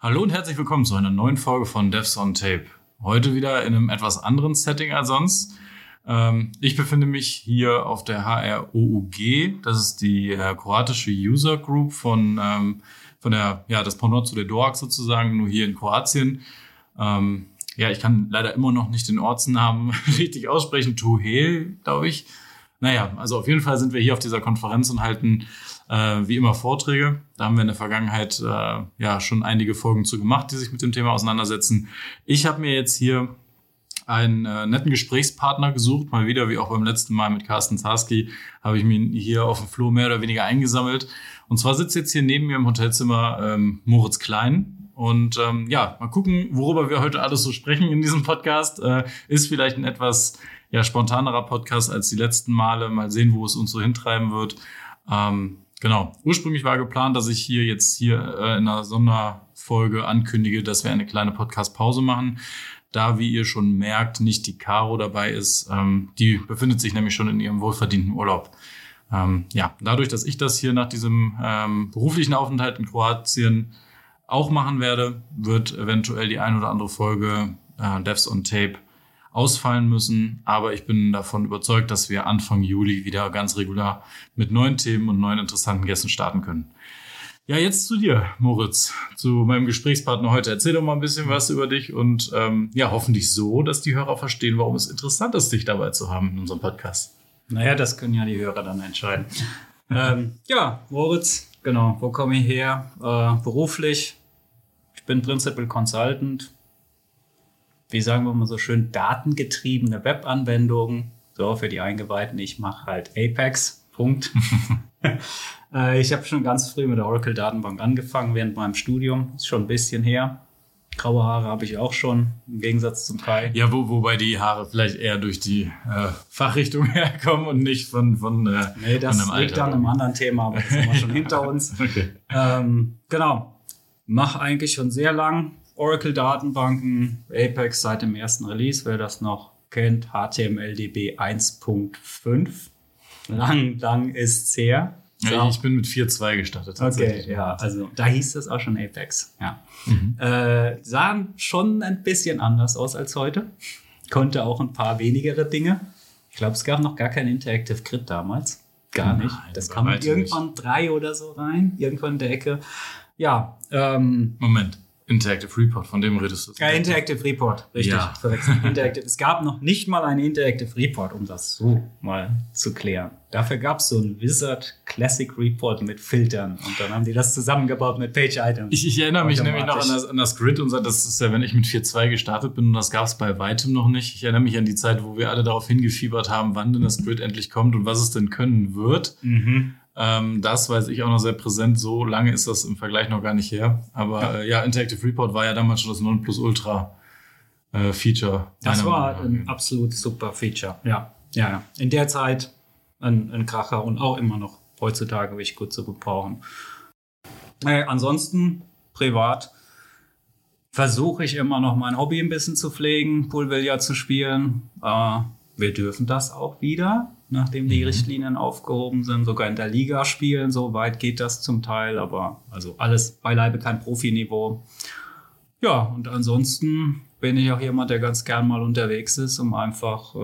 Hallo und herzlich willkommen zu einer neuen Folge von Devs on Tape. Heute wieder in einem etwas anderen Setting als sonst. Ich befinde mich hier auf der HROUG. Das ist die kroatische User Group von das Pendant zu der DOAG sozusagen, nur hier in Kroatien. Ich kann leider immer noch nicht den Ortsnamen richtig aussprechen. Tuhel, glaube ich. Naja, also auf jeden Fall sind wir hier auf dieser Konferenz und halten wie immer Vorträge. Da haben wir in der Vergangenheit schon einige Folgen zu gemacht, die sich mit dem Thema auseinandersetzen. Ich habe mir jetzt hier einen netten Gesprächspartner gesucht, mal wieder, wie auch beim letzten Mal mit Carsten Zarski, habe ich mir hier auf dem Flur mehr oder weniger eingesammelt. Und zwar sitzt jetzt hier neben mir im Hotelzimmer Moritz Klein. Und mal gucken, worüber wir heute alles so sprechen in diesem Podcast. Ist vielleicht ein etwas spontanerer Podcast als die letzten Male. Mal sehen, wo es uns so hintreiben wird. Genau. Ursprünglich war geplant, dass ich hier in einer Sonderfolge ankündige, dass wir eine kleine Podcast-Pause machen. Da, wie ihr schon merkt, nicht die Caro dabei ist. Die befindet sich nämlich schon in ihrem wohlverdienten Urlaub. Dadurch, dass ich das hier nach diesem beruflichen Aufenthalt in Kroatien auch machen werde, wird eventuell die ein oder andere Folge Devs on Tape ausfallen müssen. Aber ich bin davon überzeugt, dass wir Anfang Juli wieder ganz regular mit neuen Themen und neuen interessanten Gästen starten können. Ja, jetzt zu dir, Moritz, zu meinem Gesprächspartner heute. Erzähl doch mal ein bisschen was über dich und hoffentlich so, dass die Hörer verstehen, warum es interessant ist, dich dabei zu haben in unserem Podcast. Naja, das können ja die Hörer dann entscheiden. Moritz, genau, wo komme ich her? Beruflich, ich bin Principal Consultant. Wie sagen wir mal so schön, datengetriebene Webanwendungen. So, für die Eingeweihten, ich mache halt Apex, Punkt. Ich habe schon ganz früh mit der Oracle-Datenbank angefangen während meinem Studium. Ist schon ein bisschen her. Graue Haare habe ich auch schon, im Gegensatz zum Kai. Ja, wobei die Haare vielleicht eher durch die Fachrichtung herkommen und nicht von Nee, das von einem liegt Alter. an einem anderen Thema, aber das haben wir schon hinter uns. Okay. Genau. Mache eigentlich schon sehr lang Oracle-Datenbanken, Apex seit dem ersten Release, wer das noch kennt, HTMLDB 1.5. Lang ist's her. So. Ja, ich bin mit 4.2 gestartet. Okay, ja, also da hieß es auch schon Apex. Ja. Sahen schon ein bisschen anders aus als heute. Konnte auch ein paar wenigere Dinge. Ich glaube, es gab noch gar kein Interactive Grid damals. Gar nicht. Das kam irgendwann 3 oder so rein. Irgendwann in der Ecke. Ja. Moment. Interactive Report, von dem redest du. Ja, Interactive Report, richtig. Ja. Interactive. Es gab noch nicht mal einen Interactive Report, um das so mal zu klären. Dafür gab es so einen Wizard Classic Report mit Filtern und dann haben die das zusammengebaut mit Page Items. Ich erinnere mich nämlich noch an das Grid und das ist ja, wenn ich mit 4.2 gestartet bin und das gab es bei weitem noch nicht. Ich erinnere mich an die Zeit, wo wir alle darauf hingefiebert haben, wann denn das Grid endlich kommt und was es denn können wird. Das weiß ich auch noch sehr präsent. So lange ist das im Vergleich noch gar nicht her. Aber Interactive Report war ja damals schon das Nonplusultra Feature. Das war ein absolut super Feature. Ja. In der Zeit ein Kracher und auch immer noch heutzutage wirklich gut zu gebrauchen. Ansonsten privat versuche ich immer noch mein Hobby ein bisschen zu pflegen, Poolbillard zu spielen. Wir dürfen das auch wieder, nachdem die Richtlinien aufgehoben sind, sogar in der Liga spielen. So weit geht das zum Teil, aber also alles beileibe kein Profiniveau. Ja, und ansonsten bin ich auch jemand, der ganz gern mal unterwegs ist, um einfach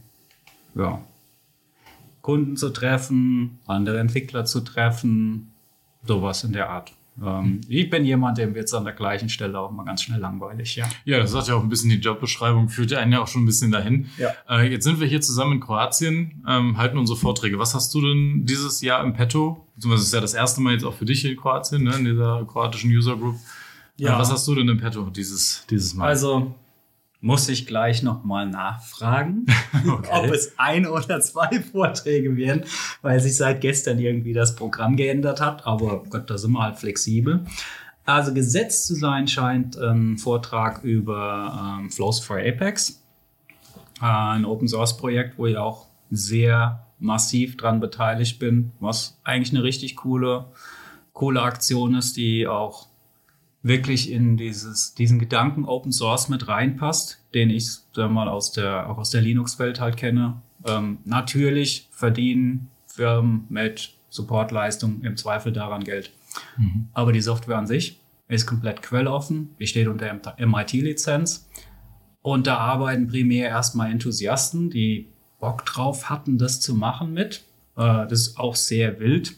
Kunden zu treffen, andere Entwickler zu treffen, sowas in der Art. Ich bin jemand, dem wird es an der gleichen Stelle auch mal ganz schnell langweilig, ja. Ja, das sagt ja auch ein bisschen die Jobbeschreibung, führt ja einen ja auch schon ein bisschen dahin. Ja. Jetzt sind wir hier zusammen in Kroatien, halten unsere Vorträge. Was hast du denn dieses Jahr im Petto? Beziehungsweise ist ja das erste Mal jetzt auch für dich hier in Kroatien, ne, in dieser kroatischen User Group. Ja. Was hast du denn im Petto dieses Mal? Also muss ich gleich nochmal nachfragen, Okay. ob es 1 oder 2 Vorträge werden, weil sich seit gestern irgendwie das Programm geändert hat. Aber Gott, da sind wir halt flexibel. Also gesetzt zu sein scheint ein Vortrag über Flows for Apex, ein Open-Source-Projekt, wo ich auch sehr massiv dran beteiligt bin, was eigentlich eine richtig coole Aktion ist, die auch wirklich in diesen Gedanken Open Source mit reinpasst, den ich mal auch aus der Linux-Welt halt kenne. Natürlich verdienen Firmen mit Supportleistung im Zweifel daran Geld. Aber die Software an sich ist komplett quelloffen, die steht unter MIT-Lizenz. Und da arbeiten primär erstmal Enthusiasten, die Bock drauf hatten, das zu machen mit. Das ist auch sehr wild.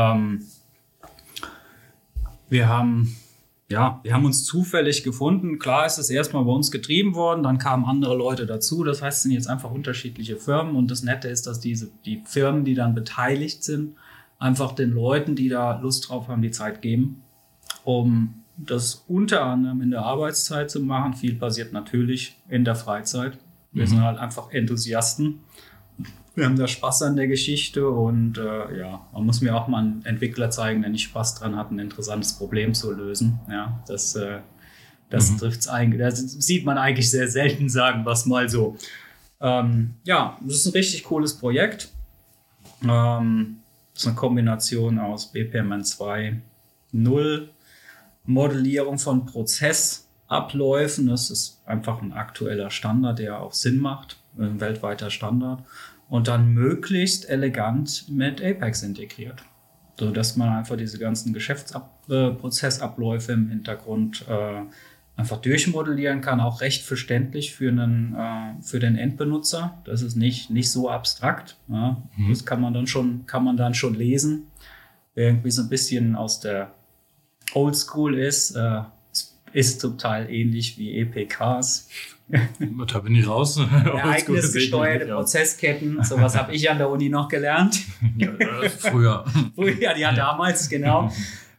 Wir haben uns zufällig gefunden. Klar ist es erstmal bei uns getrieben worden, dann kamen andere Leute dazu. Das heißt, es sind jetzt einfach unterschiedliche Firmen. Und das Nette ist, dass die Firmen, die dann beteiligt sind, einfach den Leuten, die da Lust drauf haben, die Zeit geben, um das unter anderem in der Arbeitszeit zu machen. Viel passiert natürlich in der Freizeit. Wir sind halt einfach Enthusiasten. Wir haben da Spaß an der Geschichte und man muss mir auch mal einen Entwickler zeigen, der nicht Spaß dran hat, ein interessantes Problem zu lösen. Ja, das trifft's eigentlich. Das sieht man eigentlich sehr selten, sagen wir es mal so. Das ist ein richtig cooles Projekt. Das ist eine Kombination aus BPMN 2.0, Modellierung von Prozessabläufen. Das ist einfach ein aktueller Standard, der auch Sinn macht, ein weltweiter Standard. Und dann möglichst elegant mit Apex integriert, sodass man einfach diese ganzen Prozessabläufe im Hintergrund einfach durchmodellieren kann, auch recht verständlich für den Endbenutzer. Das ist nicht so abstrakt. Ja. Das kann man dann schon lesen. Wer irgendwie so ein bisschen aus der Oldschool ist zum Teil ähnlich wie EPKs. Da bin ich raus. Ereignisgesteuerte Prozessketten, sowas habe ich an der Uni noch gelernt. Früher, damals, genau.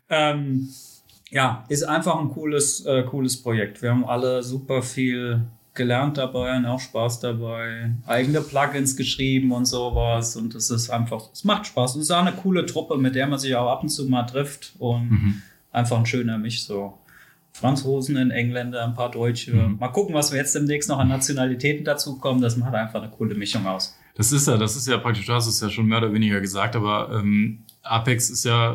Ist einfach ein cooles Projekt. Wir haben alle super viel gelernt dabei und auch Spaß dabei. Eigene Plugins geschrieben und sowas. Und es macht Spaß. Und es ist auch eine coole Truppe, mit der man sich auch ab und zu mal trifft. Und einfach ein schöner Misch so. Franzosen, Engländer, ein paar Deutsche. Mal gucken, was wir jetzt demnächst noch an Nationalitäten dazu kommen. Das macht einfach eine coole Mischung aus. Das ist ja praktisch, du hast es ja schon mehr oder weniger gesagt, aber Apex ist ja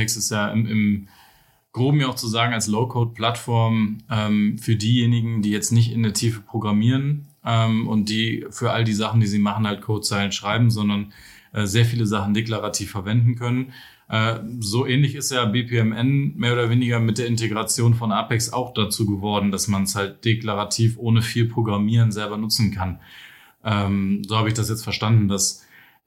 im Groben ja auch zu sagen als Low-Code-Plattform für diejenigen, die jetzt nicht in der Tiefe programmieren und die für all die Sachen, die sie machen, halt Codezeilen schreiben, sondern sehr viele Sachen deklarativ verwenden können. So ähnlich ist ja BPMN mehr oder weniger mit der Integration von Apex auch dazu geworden, dass man es halt deklarativ ohne viel Programmieren selber nutzen kann. So habe ich das jetzt verstanden, dass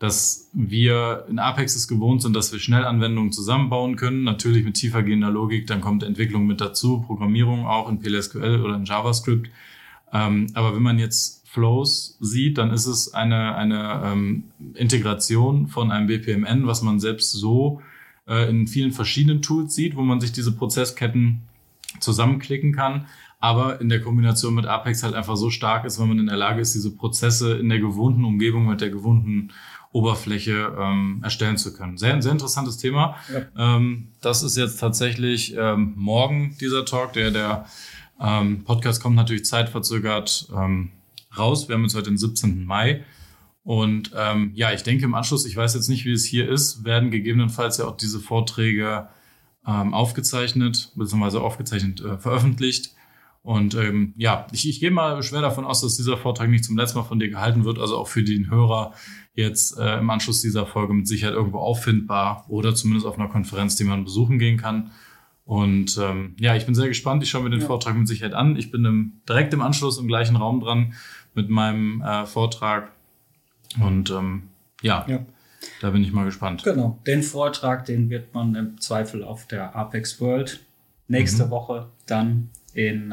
wir in Apex es gewohnt sind, dass wir schnell Anwendungen zusammenbauen können, natürlich mit tiefergehender Logik, dann kommt Entwicklung mit dazu, Programmierung auch in PLSQL oder in JavaScript. Aber wenn man jetzt Flows sieht, dann ist es eine Integration von einem BPMN, was man selbst so in vielen verschiedenen Tools sieht, wo man sich diese Prozessketten zusammenklicken kann, aber in der Kombination mit Apex halt einfach so stark ist, wenn man in der Lage ist, diese Prozesse in der gewohnten Umgebung mit der gewohnten Oberfläche erstellen zu können. Sehr, sehr interessantes Thema. Ja. Das ist jetzt tatsächlich morgen dieser Talk. Der Podcast kommt natürlich zeitverzögert raus. Wir haben jetzt heute den 17. Mai. Und ich denke im Anschluss, ich weiß jetzt nicht, wie es hier ist, werden gegebenenfalls ja auch diese Vorträge aufgezeichnet, beziehungsweise veröffentlicht. Und ich gehe mal schwer davon aus, dass dieser Vortrag nicht zum letzten Mal von dir gehalten wird, also auch für den Hörer jetzt im Anschluss dieser Folge mit Sicherheit irgendwo auffindbar oder zumindest auf einer Konferenz, die man besuchen gehen kann. Und ich bin sehr gespannt. Ich schaue mir den Vortrag mit Sicherheit an. Ich bin direkt im Anschluss im gleichen Raum dran mit meinem Vortrag. Und da bin ich mal gespannt. Genau, den Vortrag, den wird man im Zweifel auf der Apex World nächste Woche dann in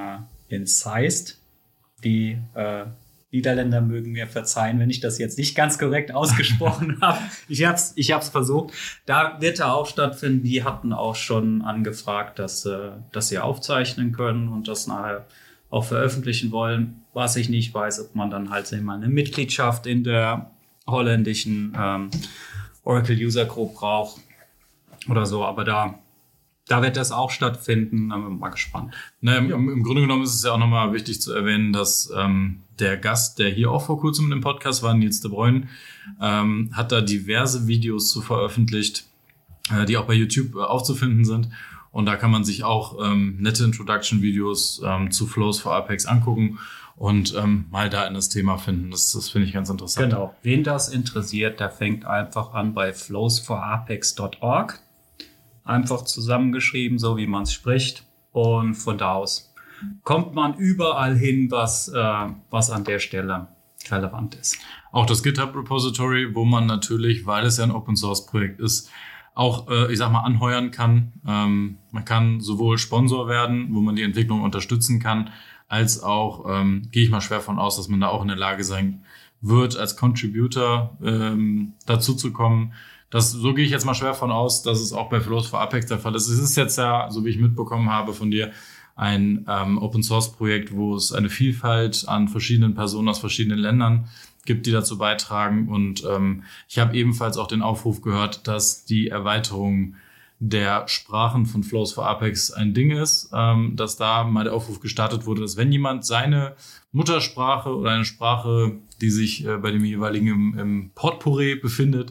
Zeist. Die Niederländer mögen mir verzeihen, wenn ich das jetzt nicht ganz korrekt ausgesprochen habe. Ich hab's versucht. Da wird er auch stattfinden. Die hatten auch schon angefragt, dass sie aufzeichnen können und das nachher auch veröffentlichen wollen. Was ich nicht weiß, ob man dann halt mal eine Mitgliedschaft in der holländischen Oracle User Group braucht oder so. Aber da wird das auch stattfinden. Da bin ich mal gespannt. Im Grunde genommen ist es ja auch nochmal wichtig zu erwähnen, dass der Gast, der hier auch vor kurzem in dem Podcast war, Nils de Bruyn, hat da diverse Videos zu veröffentlicht, die auch bei YouTube aufzufinden sind. Und da kann man sich auch nette Introduction-Videos zu Flows for Apex angucken und mal da in das Thema finden. Das finde ich ganz interessant. Genau. Wen das interessiert, der fängt einfach an bei flowsforapex.org. Einfach zusammengeschrieben, so wie man es spricht. Und von da aus kommt man überall hin, was an der Stelle relevant ist. Auch das GitHub-Repository, wo man natürlich, weil es ja ein Open-Source-Projekt ist, auch, anheuern kann. Man kann sowohl Sponsor werden, wo man die Entwicklung unterstützen kann, als auch, gehe ich mal schwer von aus, dass man da auch in der Lage sein wird, als Contributor dazu zu kommen. So gehe ich jetzt mal schwer von aus, dass es auch bei Flows for Apex der Fall ist. Es ist jetzt ja, so wie ich mitbekommen habe von dir, ein Open-Source-Projekt, wo es eine Vielfalt an verschiedenen Personen aus verschiedenen Ländern gibt, die dazu beitragen. Und ich habe ebenfalls auch den Aufruf gehört, dass die Erweiterung der Sprachen von Flows for Apex ein Ding ist, dass da mal der Aufruf gestartet wurde, dass wenn jemand seine Muttersprache oder eine Sprache, die sich bei dem jeweiligen im Potpourri befindet,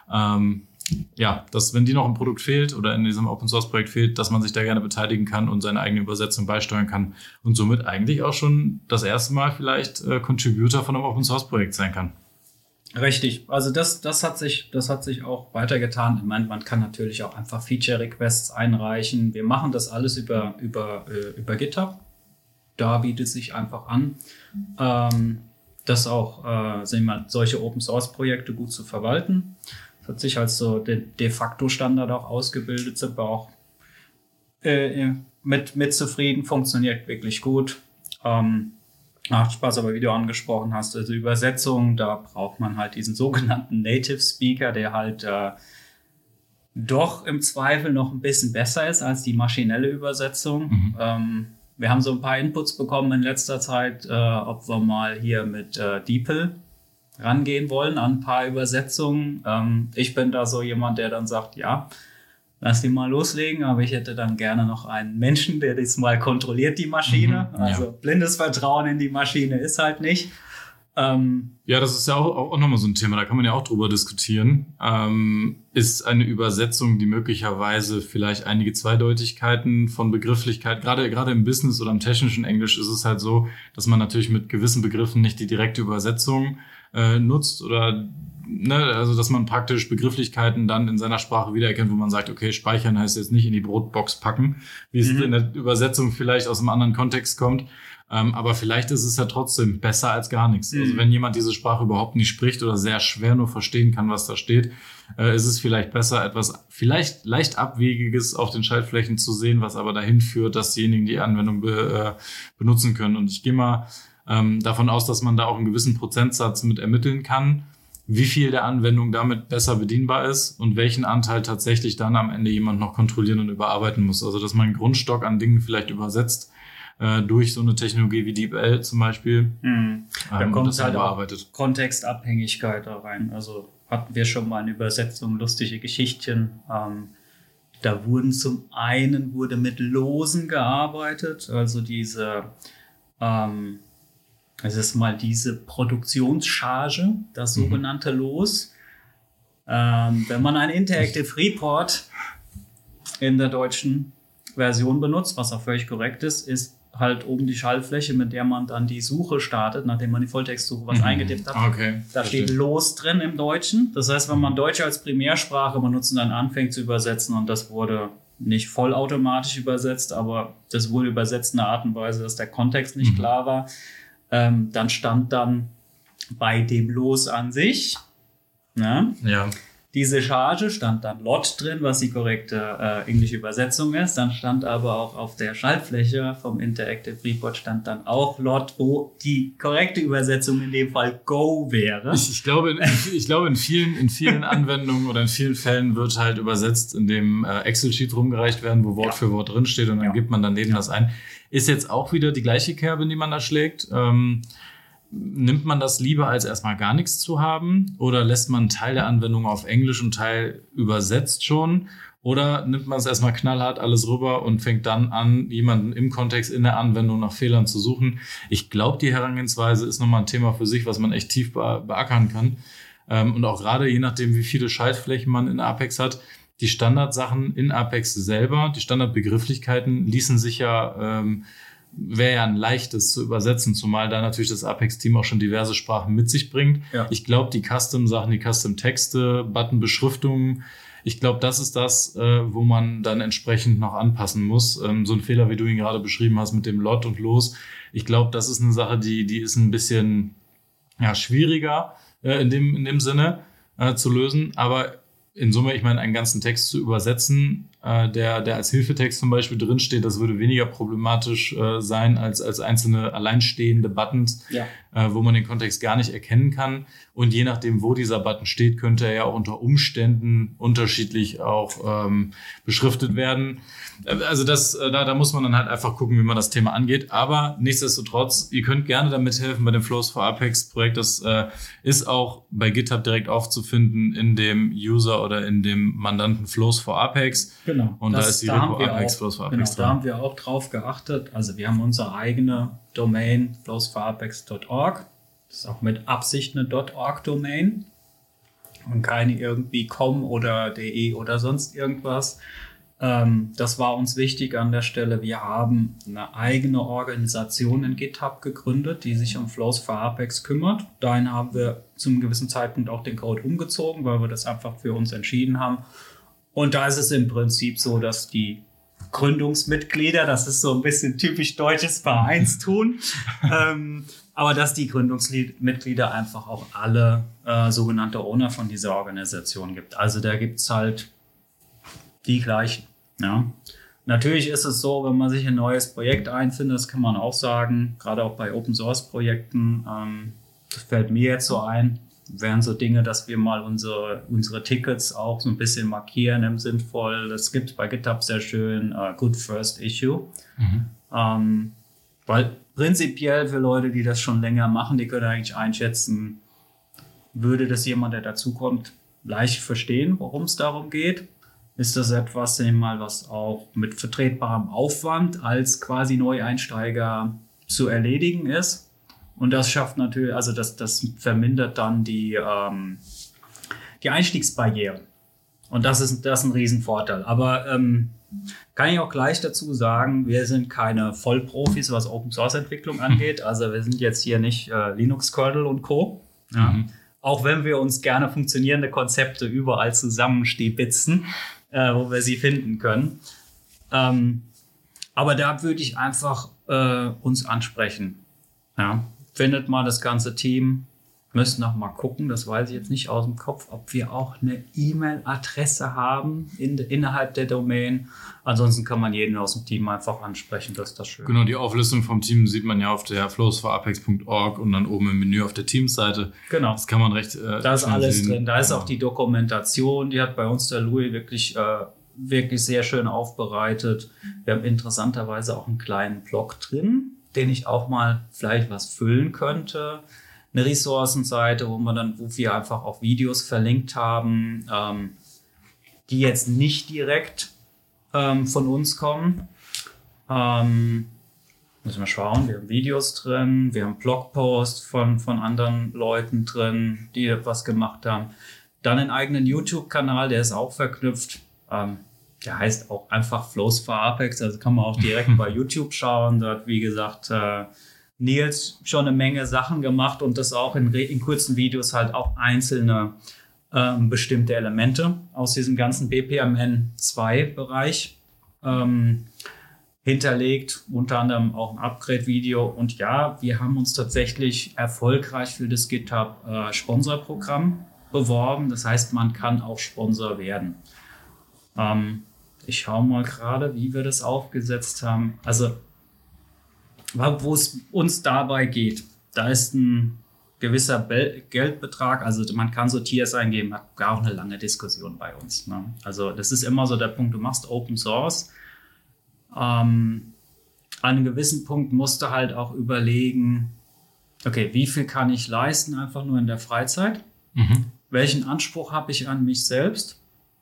dass wenn die noch im Produkt fehlt oder in diesem Open-Source-Projekt fehlt, dass man sich da gerne beteiligen kann und seine eigene Übersetzung beisteuern kann und somit eigentlich auch schon das erste Mal vielleicht Contributor von einem Open-Source-Projekt sein kann. Richtig, also das hat sich auch weitergetan. Ich meine, man kann natürlich auch einfach Feature-Requests einreichen. Wir machen das alles über GitHub. Da bietet es sich einfach an, das auch solche Open-Source-Projekte gut zu verwalten. Das hat sich als so der de facto Standard auch ausgebildet, sind wir auch mit zufrieden, funktioniert wirklich gut. Macht Spaß, aber wie du angesprochen hast, also Übersetzung, da braucht man halt diesen sogenannten Native Speaker, der halt doch im Zweifel noch ein bisschen besser ist als die maschinelle Übersetzung. Wir haben so ein paar Inputs bekommen in letzter Zeit, ob wir mal hier mit DeepL rangehen wollen an ein paar Übersetzungen. Ich bin da so jemand, der dann sagt, ja, lass die mal loslegen, aber ich hätte dann gerne noch einen Menschen, der das mal kontrolliert, die Maschine. Also blindes Vertrauen in die Maschine ist halt nicht. Ja, das ist ja auch nochmal so ein Thema, da kann man ja auch drüber diskutieren. Ist eine Übersetzung, die möglicherweise vielleicht einige Zweideutigkeiten von Begrifflichkeit, gerade im Business oder im technischen Englisch ist es halt so, dass man natürlich mit gewissen Begriffen nicht die direkte Übersetzung nutzt oder also dass man praktisch Begrifflichkeiten dann in seiner Sprache wiedererkennt, wo man sagt, okay, speichern heißt jetzt nicht in die Brotbox packen, wie es in der Übersetzung vielleicht aus einem anderen Kontext kommt. Aber vielleicht ist es ja trotzdem besser als gar nichts. Also wenn jemand diese Sprache überhaupt nicht spricht oder sehr schwer nur verstehen kann, was da steht, ist es vielleicht besser, etwas vielleicht leicht Abwegiges auf den Schaltflächen zu sehen, was aber dahin führt, dass diejenigen die Anwendung benutzen können. Und ich gehe mal davon aus, dass man da auch einen gewissen Prozentsatz mit ermitteln kann, wie viel der Anwendung damit besser bedienbar ist und welchen Anteil tatsächlich dann am Ende jemand noch kontrollieren und überarbeiten muss. Also dass man einen Grundstock an Dingen vielleicht übersetzt durch so eine Technologie wie DeepL zum Beispiel. Da kommt halt auch Kontextabhängigkeit da rein. Also hatten wir schon mal eine Übersetzung, lustige Geschichtchen. Da wurde mit Losen gearbeitet, also diese Produktionscharge, das sogenannte Los. Wenn man ein Interactive Report in der deutschen Version benutzt, was auch völlig korrekt ist halt oben die Schaltfläche, mit der man dann die Suche startet, nachdem man die Volltextsuche was eingetippt hat. Okay, da steht Los drin im Deutschen. Das heißt, wenn man Deutsch als Primärsprache benutzt und dann anfängt zu übersetzen, und das wurde nicht vollautomatisch übersetzt, aber das wurde übersetzt in einer Art und Weise, dass der Kontext nicht klar war, dann stand dann bei dem Los an sich, diese Charge, stand dann Lot drin, was die korrekte englische Übersetzung ist. Dann stand aber auch auf der Schaltfläche vom Interactive Report stand dann auch Lot, wo die korrekte Übersetzung in dem Fall Go wäre. Ich glaube, in vielen Anwendungen oder in vielen Fällen wird halt übersetzt, indem Excel-Sheets rumgereicht werden, wo Wort für Wort drinsteht und dann gibt man daneben das ein. Ist jetzt auch wieder die gleiche Kerbe, die man da schlägt. Nimmt man das lieber, als erstmal gar nichts zu haben? Oder lässt man einen Teil der Anwendung auf Englisch und Teil übersetzt schon? Oder nimmt man es erstmal knallhart alles rüber und fängt dann an, jemanden im Kontext in der Anwendung nach Fehlern zu suchen? Ich glaube, die Herangehensweise ist nochmal ein Thema für sich, was man echt tief beackern kann. Und auch gerade je nachdem, wie viele Schaltflächen man in Apex hat, die Standardsachen in Apex selber, die Standardbegrifflichkeiten ließen sich wäre ja ein leichtes zu übersetzen, zumal da natürlich das Apex-Team auch schon diverse Sprachen mit sich bringt. Ja. Ich glaube, die Custom-Sachen, die Custom-Texte, Button-Beschriftungen, Ich glaube, das ist das, wo man dann entsprechend noch anpassen muss. So ein Fehler, wie du ihn gerade beschrieben hast mit dem Lot und Los. Ich glaube, das ist eine Sache, die ist ein bisschen schwieriger in dem Sinne zu lösen. Aber in Summe, ich meine, einen ganzen Text zu übersetzen, der als Hilfetext zum Beispiel drinsteht, das würde weniger problematisch sein als einzelne alleinstehende Buttons, wo man den Kontext gar nicht erkennen kann. Und je nachdem, wo dieser Button steht, könnte er ja auch unter Umständen unterschiedlich auch beschriftet werden. Also da muss man dann halt einfach gucken, wie man das Thema angeht. Aber nichtsdestotrotz, ihr könnt gerne damit helfen bei dem Flows for Apex Projekt. Das ist auch bei GitHub direkt aufzufinden in dem User oder in dem Mandanten Flows for Apex. Genau. Und da ist die Repo Apex Flows for Apex drin. Da haben wir auch drauf geachtet. Also wir haben unsere eigene Domain flowsforapex.org. Das ist auch mit Absicht eine .org-Domain und keine irgendwie .com oder .de oder sonst irgendwas. Das war uns wichtig an der Stelle. Wir haben eine eigene Organisation in GitHub gegründet, die sich um Flows for Apex kümmert. Dahin haben wir zum gewissen Zeitpunkt auch den Code umgezogen, weil wir das einfach für uns entschieden haben. Und da ist es im Prinzip so, dass die Gründungsmitglieder, das ist so ein bisschen typisch deutsches Vereinstun, aber dass die Gründungsmitglieder einfach auch alle sogenannte Owner von dieser Organisation gibt. Also da gibt es halt die gleichen. Ja. Natürlich ist es so, wenn man sich ein neues Projekt einfindet, das kann man auch sagen, gerade auch bei Open-Source-Projekten, das fällt mir jetzt so ein, wären so Dinge, dass wir mal unsere Tickets auch so ein bisschen markieren im Sinnvoll. Das gibt es bei GitHub sehr schön, Good First Issue. Weil prinzipiell für Leute, die das schon länger machen, die können eigentlich einschätzen, würde das jemand, der dazukommt, leicht verstehen, worum es darum geht. Ist das etwas, was auch mit vertretbarem Aufwand als quasi Neueinsteiger zu erledigen ist? Und das schafft natürlich, also das vermindert dann die Einstiegsbarrieren. Und das ist ein Riesenvorteil. Aber kann ich auch gleich dazu sagen, wir sind keine Vollprofis, was Open-Source-Entwicklung angeht. Also wir sind jetzt hier nicht Linux-Kernel und Co. Ja. Auch wenn wir uns gerne funktionierende Konzepte überall zusammenstibitzen, wo wir sie finden können. Aber da würde ich einfach uns ansprechen. Ja. Findet mal das ganze Team. Müssen noch mal gucken, das weiß ich jetzt nicht aus dem Kopf, ob wir auch eine E-Mail-Adresse haben innerhalb der Domain. Ansonsten kann man jeden aus dem Team einfach ansprechen, das ist das schön. Genau, die Auflistung vom Team sieht man ja auf der flowsforapex.org und dann oben im Menü auf der Teamseite. Genau. Das kann man recht da ist alles sehen. Drin. Da ist auch die Dokumentation, die hat bei uns der Louis wirklich sehr schön aufbereitet. Wir haben interessanterweise auch einen kleinen Blog drin, den ich auch mal vielleicht was füllen könnte. Eine Ressourcenseite, wo wir einfach auch Videos verlinkt haben, die jetzt nicht direkt von uns kommen. Müssen wir schauen, wir haben Videos drin, wir haben Blogposts von anderen Leuten drin, die was gemacht haben. Dann einen eigenen YouTube-Kanal, der ist auch verknüpft. Der heißt auch einfach Flows for Apex, also kann man auch direkt bei YouTube schauen. Da hat, wie gesagt, Nils schon eine Menge Sachen gemacht und das auch in kurzen Videos halt auch einzelne bestimmte Elemente aus diesem ganzen BPMN2-Bereich hinterlegt, unter anderem auch ein Upgrade-Video. Und ja, wir haben uns tatsächlich erfolgreich für das GitHub Sponsorprogramm beworben. Das heißt, man kann auch Sponsor werden. Ich schaue mal gerade, wie wir das aufgesetzt haben. Also wo es uns dabei geht, da ist ein gewisser Geldbetrag, also man kann so Tiers eingeben, hat gar auch eine lange Diskussion bei uns. Ne? Also das ist immer so der Punkt, du machst Open Source. An einem gewissen Punkt musst du halt auch überlegen, okay, wie viel kann ich leisten, einfach nur in der Freizeit? Welchen Anspruch habe ich an mich selbst?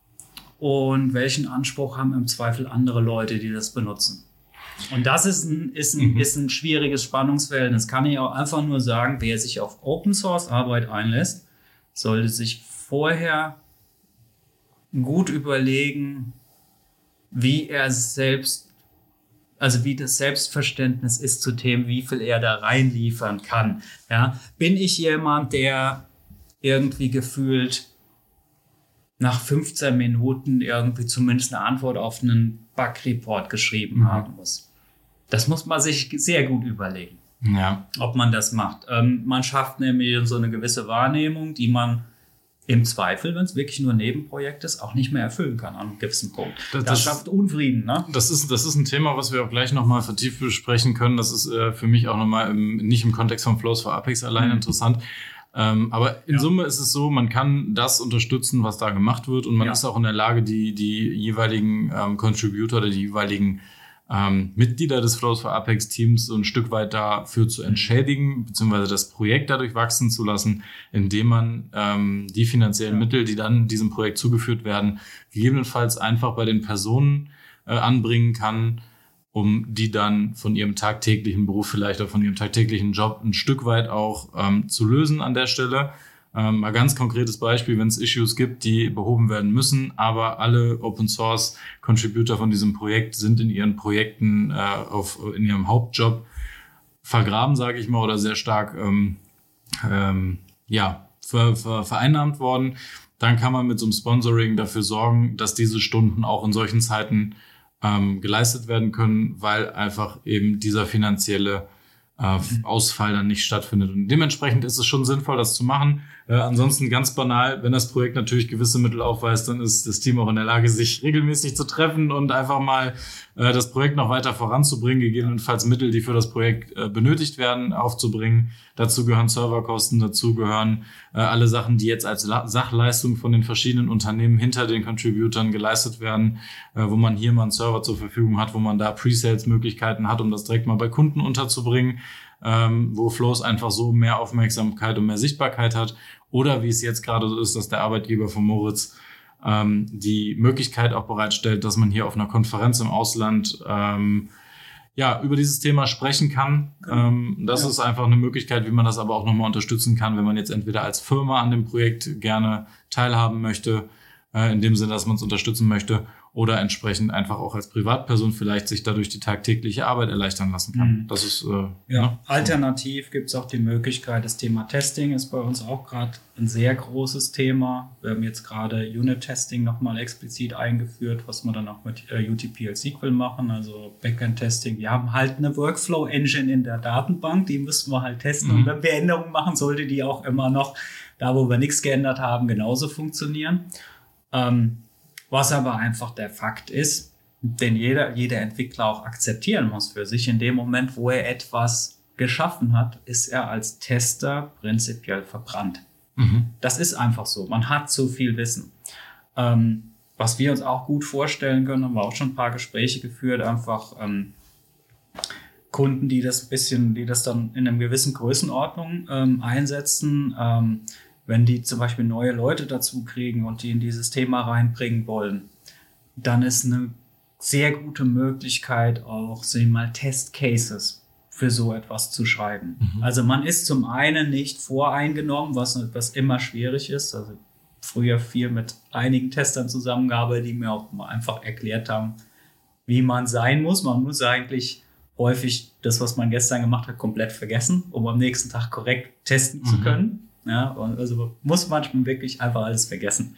Und welchen Anspruch haben im Zweifel andere Leute, die das benutzen? Und das ist ein schwieriges Spannungsverhältnis. Kann ich auch einfach nur sagen, wer sich auf Open-Source-Arbeit einlässt, sollte sich vorher gut überlegen, wie das Selbstverständnis ist zu dem, wie viel er da reinliefern kann. Ja? Bin ich jemand, der irgendwie gefühlt nach 15 Minuten irgendwie zumindest eine Antwort auf einen Bug-Report geschrieben haben muss. Das muss man sich sehr gut überlegen, ob man das macht. Man schafft nämlich so eine gewisse Wahrnehmung, die man im Zweifel, wenn es wirklich nur ein Nebenprojekt ist, auch nicht mehr erfüllen kann an einem gewissen Punkt. Das schafft Unfrieden. Ne? Das ist ein Thema, was wir auch gleich nochmal vertieft besprechen können. Das ist für mich auch nochmal nicht im Kontext von Flows for Apex allein interessant. Aber in Summe ist es so, man kann das unterstützen, was da gemacht wird, und man ist auch in der Lage, die jeweiligen Contributor oder die jeweiligen Mitglieder des Flows for Apex Teams so ein Stück weit dafür zu entschädigen, beziehungsweise das Projekt dadurch wachsen zu lassen, indem man die finanziellen Mittel, die dann diesem Projekt zugeführt werden, gegebenenfalls einfach bei den Personen anbringen kann, um die dann von ihrem tagtäglichen Beruf vielleicht oder von ihrem tagtäglichen Job ein Stück weit auch zu lösen an der Stelle. Mal ganz konkretes Beispiel, wenn es Issues gibt, die behoben werden müssen, aber alle Open-Source-Contributor von diesem Projekt sind in ihren Projekten in ihrem Hauptjob vergraben, sage ich mal, oder sehr stark vereinnahmt worden, dann kann man mit so einem Sponsoring dafür sorgen, dass diese Stunden auch in solchen Zeiten geleistet werden können, weil einfach eben dieser finanzielle Ausfall dann nicht stattfindet. Und dementsprechend ist es schon sinnvoll, das zu machen. Ansonsten ganz banal, wenn das Projekt natürlich gewisse Mittel aufweist, dann ist das Team auch in der Lage, sich regelmäßig zu treffen und einfach mal das Projekt noch weiter voranzubringen, gegebenenfalls Mittel, die für das Projekt benötigt werden, aufzubringen. Dazu gehören Serverkosten, dazu gehören alle Sachen, die jetzt als Sachleistung von den verschiedenen Unternehmen hinter den Contributern geleistet werden, wo man hier mal einen Server zur Verfügung hat, wo man da Pre-Sales-Möglichkeiten hat, um das direkt mal bei Kunden unterzubringen, wo Flows einfach so mehr Aufmerksamkeit und mehr Sichtbarkeit hat. Oder wie es jetzt gerade so ist, dass der Arbeitgeber von Moritz die Möglichkeit auch bereitstellt, dass man hier auf einer Konferenz im Ausland über dieses Thema sprechen kann. Das ist einfach eine Möglichkeit, wie man das aber auch nochmal unterstützen kann, wenn man jetzt entweder als Firma an dem Projekt gerne teilhaben möchte, in dem Sinne, dass man es unterstützen möchte, oder entsprechend einfach auch als Privatperson vielleicht sich dadurch die tagtägliche Arbeit erleichtern lassen kann. Das ist Alternativ gibt es auch die Möglichkeit, das Thema Testing ist bei uns auch gerade ein sehr großes Thema. Wir haben jetzt gerade Unit-Testing nochmal explizit eingeführt, was wir dann auch mit UTP-SQL machen, also Backend-Testing. Wir haben halt eine Workflow-Engine in der Datenbank, die müssen wir halt testen. Und wenn wir Änderungen machen, sollte die auch immer noch, da wo wir nichts geändert haben, genauso funktionieren. Was aber einfach der Fakt ist, den jeder Entwickler auch akzeptieren muss für sich. In dem Moment, wo er etwas geschaffen hat, ist er als Tester prinzipiell verbrannt. Das ist einfach so. Man hat zu viel Wissen. Was wir uns auch gut vorstellen können, haben wir auch schon ein paar Gespräche geführt, einfach Kunden, die das dann in einer gewissen Größenordnung einsetzen, wenn die zum Beispiel neue Leute dazu kriegen und die in dieses Thema reinbringen wollen, dann ist eine sehr gute Möglichkeit auch, Testcases für so etwas zu schreiben. Also man ist zum einen nicht voreingenommen, was immer schwierig ist. Also früher viel mit einigen Testern zusammengearbeitet, die mir auch mal einfach erklärt haben, wie man sein muss. Man muss eigentlich häufig das, was man gestern gemacht hat, komplett vergessen, um am nächsten Tag korrekt testen zu können. Ja, und also muss manchmal wirklich einfach alles vergessen.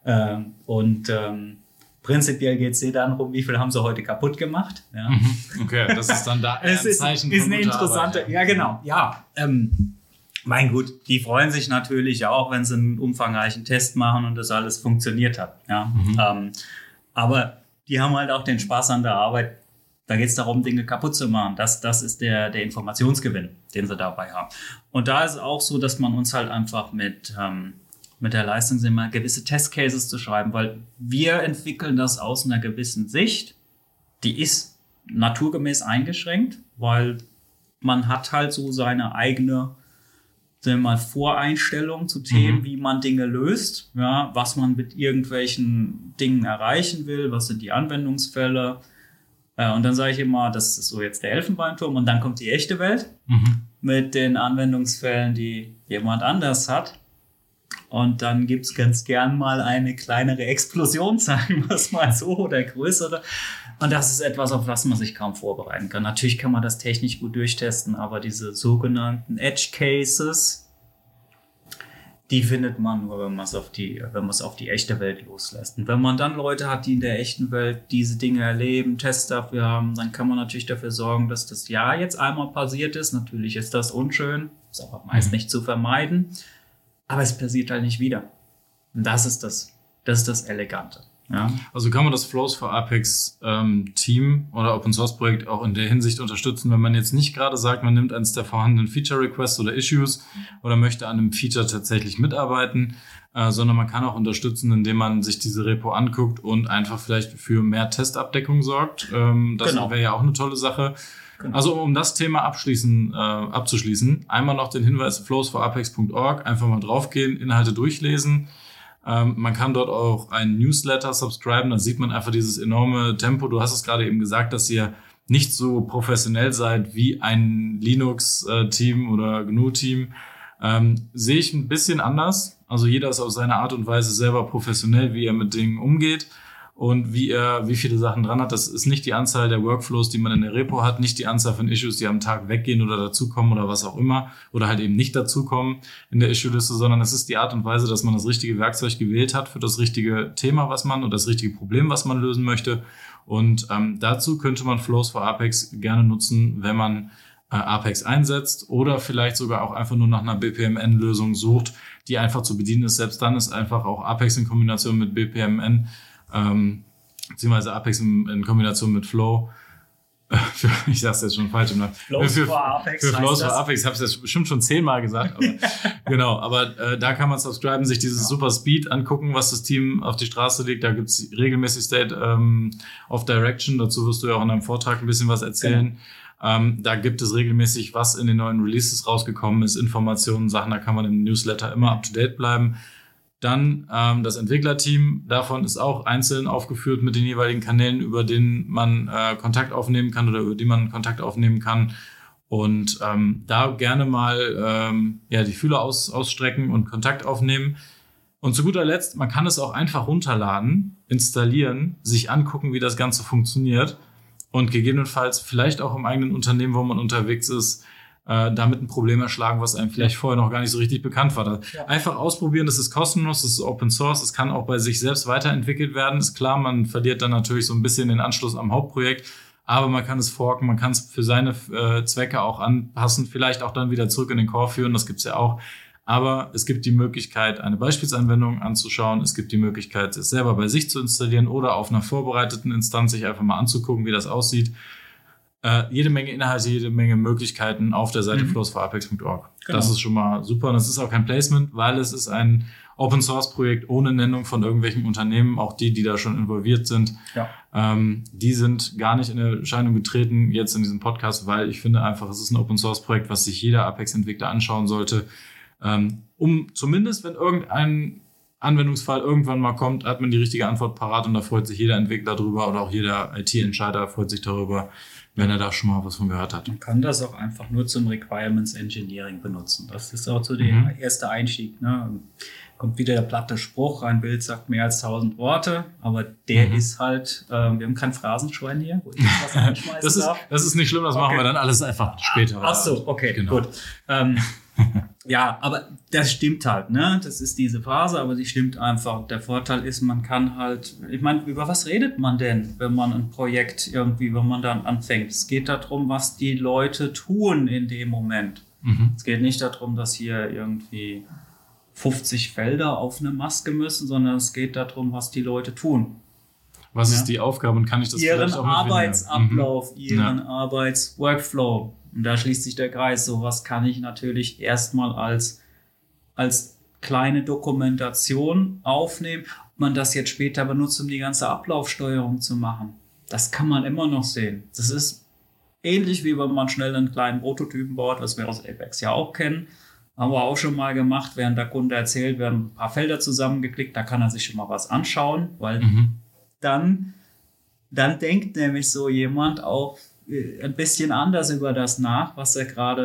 Prinzipiell geht es dir dann darum, wie viel haben sie heute kaputt gemacht. Ja. Okay, das ist dann da ein Zeichen ist eine interessante Arbeit, ja, genau. Ja, mein gut, die freuen sich natürlich auch, wenn sie einen umfangreichen Test machen und das alles funktioniert hat. Ja. Aber die haben halt auch den Spaß an der Arbeit. Da geht es darum, Dinge kaputt zu machen. Das ist der Informationsgewinn, den sie dabei haben. Und da ist es auch so, dass man uns halt einfach mit der Leistung sind, mal gewisse Testcases zu schreiben, weil wir entwickeln das aus einer gewissen Sicht. Die ist naturgemäß eingeschränkt, weil man hat halt so seine eigene Voreinstellung zu Themen, wie man Dinge löst, ja, was man mit irgendwelchen Dingen erreichen will, was sind die Anwendungsfälle. Und dann sage ich immer, das ist so jetzt der Elfenbeinturm und dann kommt die echte Welt mit den Anwendungsfällen, die jemand anders hat. Und dann gibt es ganz gern mal eine kleinere Explosion, sagen wir es mal so, oder größere. Und das ist etwas, auf das man sich kaum vorbereiten kann. Natürlich kann man das technisch gut durchtesten, aber diese sogenannten Edge Cases, die findet man nur, wenn man es auf die echte Welt loslässt. Und wenn man dann Leute hat, die in der echten Welt diese Dinge erleben, Tests dafür haben, dann kann man natürlich dafür sorgen, dass das ja jetzt einmal passiert ist. Natürlich ist das unschön, ist auch meist nicht zu vermeiden, aber es passiert halt nicht wieder. Und das ist das Elegante. Ja. Also kann man das Flows for Apex Team oder Open Source Projekt auch in der Hinsicht unterstützen, wenn man jetzt nicht gerade sagt, man nimmt eines der vorhandenen Feature Requests oder Issues oder möchte an einem Feature tatsächlich mitarbeiten, sondern man kann auch unterstützen, indem man sich diese Repo anguckt und einfach vielleicht für mehr Testabdeckung sorgt. Das wäre ja auch eine tolle Sache. Genau. Also um das Thema abzuschließen, einmal noch den Hinweis flowsforapex.org, einfach mal draufgehen, Inhalte durchlesen. Man kann dort auch einen Newsletter subscriben, dann sieht man einfach dieses enorme Tempo. Du hast es gerade eben gesagt, dass ihr nicht so professionell seid wie ein Linux-Team oder GNU-Team. Sehe ich ein bisschen anders. Also jeder ist auf seine Art und Weise selber professionell, wie er mit Dingen umgeht und wie viele Sachen dran hat. Das ist nicht die Anzahl der Workflows, die man in der Repo hat, nicht die Anzahl von Issues, die am Tag weggehen oder dazukommen oder was auch immer oder halt eben nicht dazukommen in der Issue-Liste, sondern es ist die Art und Weise, dass man das richtige Werkzeug gewählt hat für das richtige Thema, oder das richtige Problem, was man lösen möchte. Und dazu könnte man Flows for Apex gerne nutzen, wenn man Apex einsetzt oder vielleicht sogar auch einfach nur nach einer BPMN-Lösung sucht, die einfach zu bedienen ist. Selbst dann ist einfach auch Apex in Kombination mit BPMN beziehungsweise Apex in Kombination mit Flow. Ich sag's jetzt schon falsch. Flows for Apex. Für Flows for Apex habe ich das bestimmt schon 10-mal gesagt. Aber genau, aber da kann man subscriben, sich dieses Super Speed angucken, was das Team auf die Straße legt. Da gibt's regelmäßig State of Direction. Dazu wirst du ja auch in deinem Vortrag ein bisschen was erzählen. Genau. Da gibt es regelmäßig, was in den neuen Releases rausgekommen ist, Informationen, Sachen, da kann man im Newsletter immer up to date bleiben. Dann das Entwicklerteam, davon ist auch einzeln aufgeführt mit den jeweiligen Kanälen, über denen man Kontakt aufnehmen kann oder über die man Kontakt aufnehmen kann. Und da gerne mal die Fühler ausstrecken und Kontakt aufnehmen. Und zu guter Letzt, man kann es auch einfach runterladen, installieren, sich angucken, wie das Ganze funktioniert und gegebenenfalls vielleicht auch im eigenen Unternehmen, wo man unterwegs ist, damit ein Problem erschlagen, was einem vielleicht vorher noch gar nicht so richtig bekannt war. Ja. Einfach ausprobieren, das ist kostenlos, das ist Open Source, es kann auch bei sich selbst weiterentwickelt werden. Ist klar, man verliert dann natürlich so ein bisschen den Anschluss am Hauptprojekt, aber man kann es forken, man kann es für seine Zwecke auch anpassen, vielleicht auch dann wieder zurück in den Core führen, das gibt's ja auch. Aber es gibt die Möglichkeit, eine Beispielsanwendung anzuschauen, es gibt die Möglichkeit, es selber bei sich zu installieren oder auf einer vorbereiteten Instanz sich einfach mal anzugucken, wie das aussieht. Jede Menge Inhalte, jede Menge Möglichkeiten auf der Seite flowsforapex.org. Genau. Das ist schon mal super und es ist auch kein Placement, weil es ist ein Open-Source-Projekt ohne Nennung von irgendwelchen Unternehmen, auch die da schon involviert sind. Ja. Die sind gar nicht in Erscheinung getreten jetzt in diesem Podcast, weil ich finde einfach, es ist ein Open-Source-Projekt, was sich jeder Apex-Entwickler anschauen sollte, um zumindest, wenn irgendein Anwendungsfall irgendwann mal kommt, hat man die richtige Antwort parat und da freut sich jeder Entwickler drüber oder auch jeder IT-Entscheider freut sich darüber, wenn er da schon mal was von gehört hat. Man kann das auch einfach nur zum Requirements Engineering benutzen. Das ist auch so der erste Einstieg. Ne? Kommt wieder der platte Spruch, ein Bild sagt mehr als 1000 Worte, aber der ist halt, wir haben kein Phrasenschwein hier, wo ich was einschmeißen darf. Das ist nicht schlimm, das machen wir dann alles einfach später. Ach so, okay, genau. Gut. Ja, aber das stimmt halt, ne? Das ist diese Phase, aber sie stimmt einfach. Der Vorteil ist, man kann halt, ich meine, über was redet man denn, wenn man ein Projekt wenn man dann anfängt? Es geht darum, was die Leute tun in dem Moment. Es geht nicht darum, dass hier irgendwie 50 Felder auf eine Maske müssen, sondern es geht darum, was die Leute tun. Was ist die Aufgabe und kann ich das vielleicht auch Arbeitsablauf, ihren Arbeitsworkflow. Und da schließt sich der Kreis. Sowas kann ich natürlich erstmal als kleine Dokumentation aufnehmen. Ob man das jetzt später benutzt, um die ganze Ablaufsteuerung zu machen, das kann man immer noch sehen. Das ist ähnlich wie wenn man schnell einen kleinen Prototypen baut, was wir aus Apex ja auch kennen. Haben wir auch schon mal gemacht, während der Kunde erzählt, werden ein paar Felder zusammengeklickt, da kann er sich schon mal was anschauen, weil dann denkt nämlich so jemand auch ein bisschen anders über das nach, was er gerade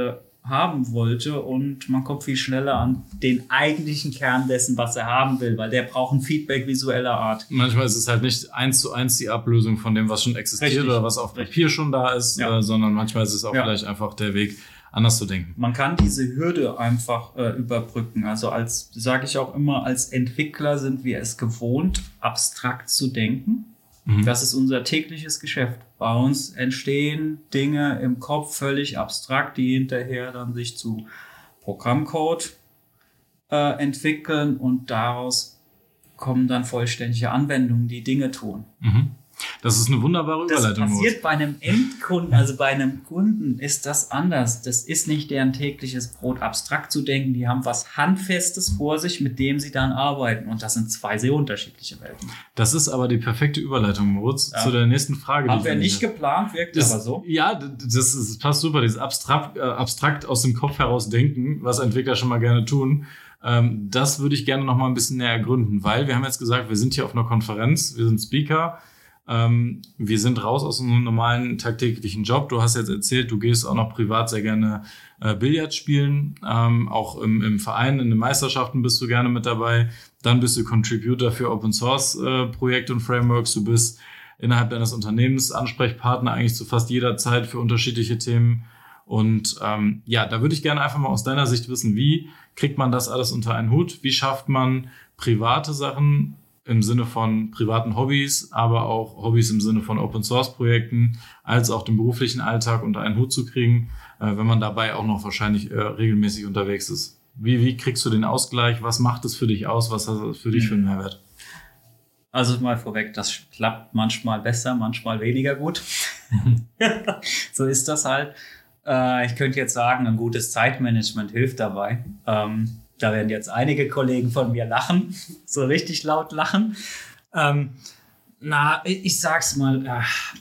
haben wollte und man kommt viel schneller an den eigentlichen Kern dessen, was er haben will, weil der braucht ein Feedback visueller Art. Manchmal ist es halt nicht 1:1 die Ablösung von dem, was schon existiert. Richtig. Oder was auf Papier schon da ist, sondern manchmal ist es auch vielleicht einfach der Weg, anders zu denken. Man kann diese Hürde einfach überbrücken. Also sage ich auch immer, als Entwickler sind wir es gewohnt, abstrakt zu denken. Das ist unser tägliches Geschäft. Bei uns entstehen Dinge im Kopf völlig abstrakt, die hinterher dann sich zu Programmcode entwickeln und daraus kommen dann vollständige Anwendungen, die Dinge tun. Das ist eine wunderbare Überleitung. Das passiert bei einem Endkunden, also bei einem Kunden ist das anders. Das ist nicht deren tägliches Brot, abstrakt zu denken. Die haben was Handfestes vor sich, mit dem sie dann arbeiten. Und das sind zwei sehr unterschiedliche Welten. Das ist aber die perfekte Überleitung, Moritz, zu der nächsten Frage. Haben wir nicht geplant, wirkt aber so. Ja, das passt super. Dieses abstrakt aus dem Kopf heraus denken, was Entwickler schon mal gerne tun. Das würde ich gerne noch mal ein bisschen näher ergründen, weil wir haben jetzt gesagt, wir sind hier auf einer Konferenz, wir sind Speaker. Wir sind raus aus unserem normalen tagtäglichen Job. Du hast jetzt erzählt, du gehst auch noch privat sehr gerne Billard spielen. Auch im Verein, in den Meisterschaften bist du gerne mit dabei. Dann bist du Contributor für Open Source Projekte und Frameworks. Du bist innerhalb deines Unternehmens Ansprechpartner eigentlich zu fast jeder Zeit für unterschiedliche Themen. Und da würde ich gerne einfach mal aus deiner Sicht wissen, wie kriegt man das alles unter einen Hut? Wie schafft man private Sachen im Sinne von privaten Hobbys, aber auch Hobbys im Sinne von Open-Source-Projekten, als auch den beruflichen Alltag unter einen Hut zu kriegen, wenn man dabei auch noch wahrscheinlich regelmäßig unterwegs ist. Wie kriegst du den Ausgleich? Was macht es für dich aus? Was hat es für dich für einen Mehrwert? Also mal vorweg, das klappt manchmal besser, manchmal weniger gut. So ist das halt. Ich könnte jetzt sagen, ein gutes Zeitmanagement hilft dabei. Da werden jetzt einige Kollegen von mir lachen, so richtig laut lachen. Ich sag's mal,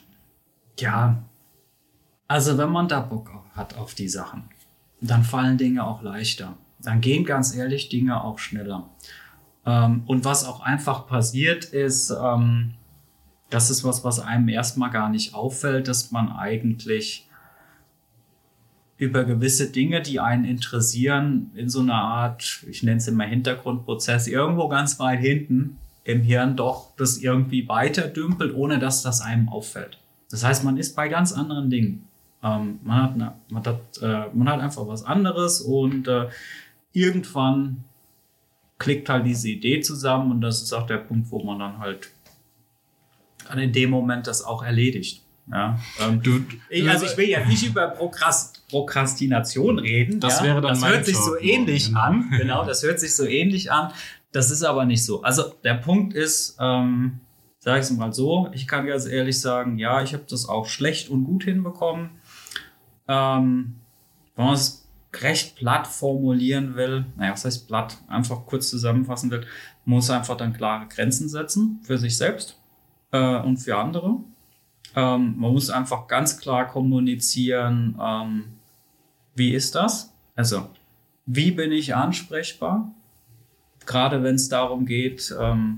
also wenn man da Bock hat auf die Sachen, dann fallen Dinge auch leichter. Dann gehen ganz ehrlich Dinge auch schneller. Und was auch einfach passiert ist, das ist was einem erstmal gar nicht auffällt, dass man eigentlich über gewisse Dinge, die einen interessieren, in so einer Art, ich nenne es immer Hintergrundprozess, irgendwo ganz weit hinten im Hirn doch das irgendwie weiterdümpelt, ohne dass das einem auffällt. Das heißt, man ist bei ganz anderen Dingen. Man hat einfach was anderes und irgendwann klickt halt diese Idee zusammen und das ist auch der Punkt, wo man dann halt in dem Moment das auch erledigt. Ja, ich will ja nicht über Prokrastination reden. Das wäre dann das hört sich so ähnlich an. Genau, das hört sich so ähnlich an. Das ist aber nicht so. Also der Punkt ist, sage ich es mal so, ich kann ganz ehrlich sagen, ja, ich habe das auch schlecht und gut hinbekommen. Wenn man es recht platt formulieren will, was heißt platt, einfach kurz zusammenfassen will, muss einfach dann klare Grenzen setzen für sich selbst und für andere. Man muss einfach ganz klar kommunizieren, wie ist das? Also, wie bin ich ansprechbar? Gerade wenn es darum geht,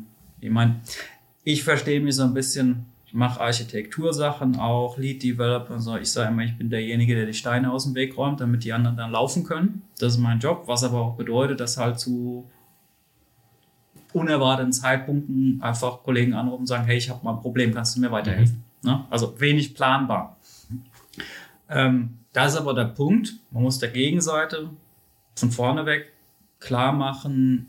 ich verstehe mich so ein bisschen, ich mache Architektursachen auch, Lead Developer, so. Ich sage immer, ich bin derjenige, der die Steine aus dem Weg räumt, damit die anderen dann laufen können. Das ist mein Job, was aber auch bedeutet, dass halt zu unerwarteten Zeitpunkten einfach Kollegen anrufen und sagen, hey, ich habe mal ein Problem, kannst du mir weiterhelfen? Ne? Also wenig planbar. Da ist aber der Punkt, man muss der Gegenseite von vorne weg klar machen,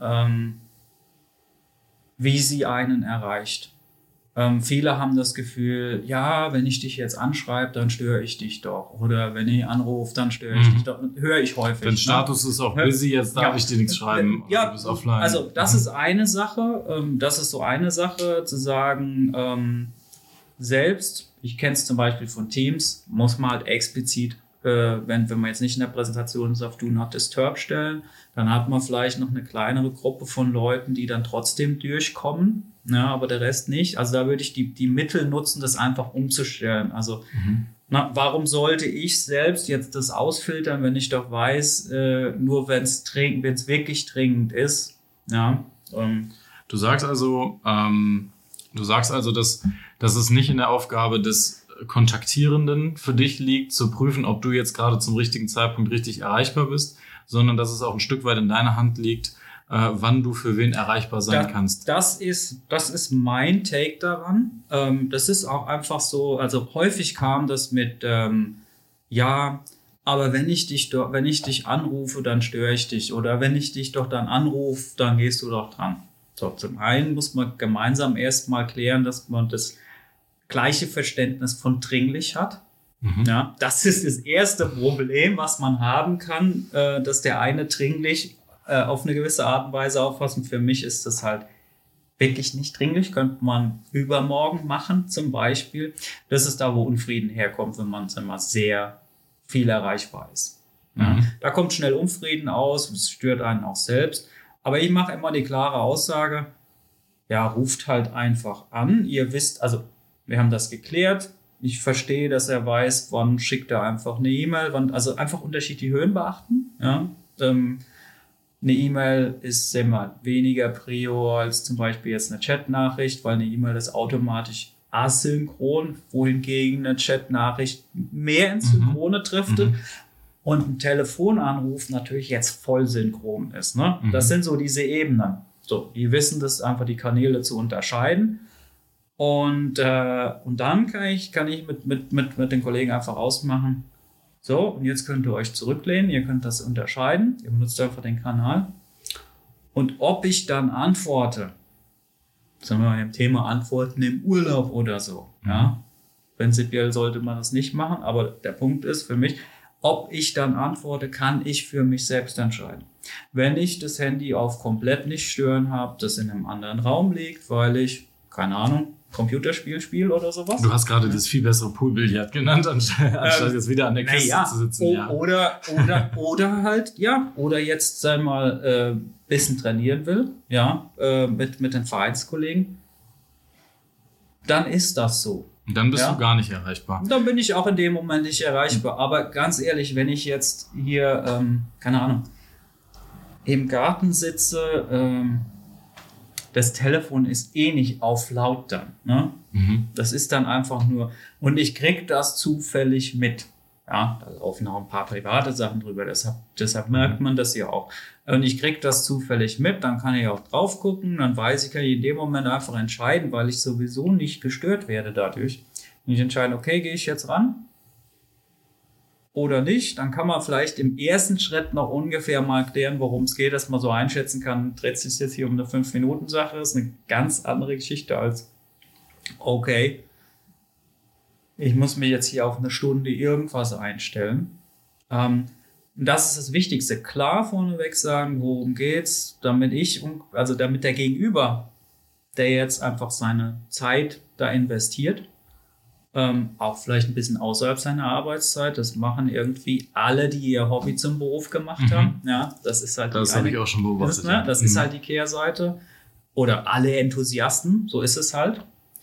wie sie einen erreicht. Viele haben das Gefühl, ja, wenn ich dich jetzt anschreibe, dann störe ich dich doch. Oder wenn ich anrufe, dann störe ich dich doch. Höre ich häufig. Wenn Status ist auch busy, jetzt darf ich dir nichts schreiben. Ja, du bist offline. Also das ist eine Sache. Das ist so eine Sache, zu sagen, selbst, ich kenne es zum Beispiel von Teams, muss man halt explizit, wenn man jetzt nicht in der Präsentation ist, auf Do Not Disturb stellen, dann hat man vielleicht noch eine kleinere Gruppe von Leuten, die dann trotzdem durchkommen, aber der Rest nicht. Also da würde ich die Mittel nutzen, das einfach umzustellen. Also warum sollte ich selbst jetzt das ausfiltern, wenn ich doch weiß, nur wenn es wirklich dringend ist. Ja, Du sagst also, dass es nicht in der Aufgabe des Kontaktierenden für dich liegt, zu prüfen, ob du jetzt gerade zum richtigen Zeitpunkt richtig erreichbar bist, sondern dass es auch ein Stück weit in deiner Hand liegt, wann du für wen erreichbar sein kannst. Das ist mein Take daran. Das ist auch einfach so, also häufig kam das mit, ja, aber wenn ich dich anrufe, dann störe ich dich. Oder wenn ich dich doch dann anrufe, dann gehst du doch dran. So, zum einen muss man gemeinsam erstmal klären, dass man das gleiche Verständnis von dringlich hat. Ja, das ist das erste Problem, was man haben kann, dass der eine dringlich auf eine gewisse Art und Weise auffassen. Für mich ist das halt wirklich nicht dringlich. Könnte man übermorgen machen zum Beispiel. Das ist da, wo Unfrieden herkommt, wenn man sehr viel erreichbar ist. Ja, da kommt schnell Unfrieden aus, es stört einen auch selbst. Aber ich mache immer die klare Aussage, ja, ruft halt einfach an. Ihr wisst, also wir haben das geklärt. Ich verstehe, dass er weiß, wann schickt er einfach eine E-Mail, also einfach unterschiedliche Höhen beachten. Ja. Eine E-Mail ist immer weniger Prio als zum Beispiel jetzt eine Chat-Nachricht, weil eine E-Mail ist automatisch asynchron, wohingegen eine Chat-Nachricht mehr ins Synchrone driftet und ein Telefonanruf natürlich jetzt voll synchron ist. Ne? Das sind so diese Ebenen. So, die wissen das einfach, die Kanäle zu unterscheiden. Und dann kann ich mit den Kollegen einfach ausmachen, so, und jetzt könnt ihr euch zurücklehnen, ihr könnt das unterscheiden, ihr benutzt einfach den Kanal. Und ob ich dann antworte, sagen wir mal im Thema Antworten im Urlaub oder so, ja, prinzipiell sollte man das nicht machen, aber der Punkt ist für mich, ob ich dann antworte, kann ich für mich selbst entscheiden. Wenn ich das Handy auf komplett nicht stören habe, das in einem anderen Raum liegt, weil ich, keine Ahnung, Computerspiel oder sowas. Du hast gerade das viel bessere Poolbillard genannt, anstatt jetzt wieder an der Kiste zu sitzen. Ja. Oder halt, ja, oder jetzt sei mal bisschen trainieren will, ja, mit den Vereinskollegen, dann ist das so. Und dann bist du gar nicht erreichbar. Dann bin ich auch in dem Moment nicht erreichbar. Aber ganz ehrlich, wenn ich jetzt hier, keine Ahnung, im Garten sitze, das Telefon ist eh nicht auf laut dann. Ne? Das ist dann einfach nur, und ich krieg das zufällig mit. Ja, da laufen noch ein paar private Sachen drüber, deshalb merkt man das ja auch. Und ich krieg das zufällig mit, dann kann ich auch drauf gucken, dann weiß ich, kann ich in dem Moment einfach entscheiden, weil ich sowieso nicht gestört werde dadurch. Wenn ich entscheide, okay, gehe ich jetzt ran oder nicht, dann kann man vielleicht im ersten Schritt noch ungefähr mal klären, worum es geht, dass man so einschätzen kann, dreht sich jetzt hier um eine 5-Minuten-Sache, ist eine ganz andere Geschichte als, okay, ich muss mich jetzt hier auf eine Stunde irgendwas einstellen. Das ist das Wichtigste. Klar vorneweg sagen, worum geht's, damit der Gegenüber, der jetzt einfach seine Zeit da investiert, auch vielleicht ein bisschen außerhalb seiner Arbeitszeit. Das machen irgendwie alle, die ihr Hobby zum Beruf gemacht haben. Ja, das ist halt das habe ich auch schon beobachtet. Das ist halt die Kehrseite. Oder alle Enthusiasten, so ist es halt.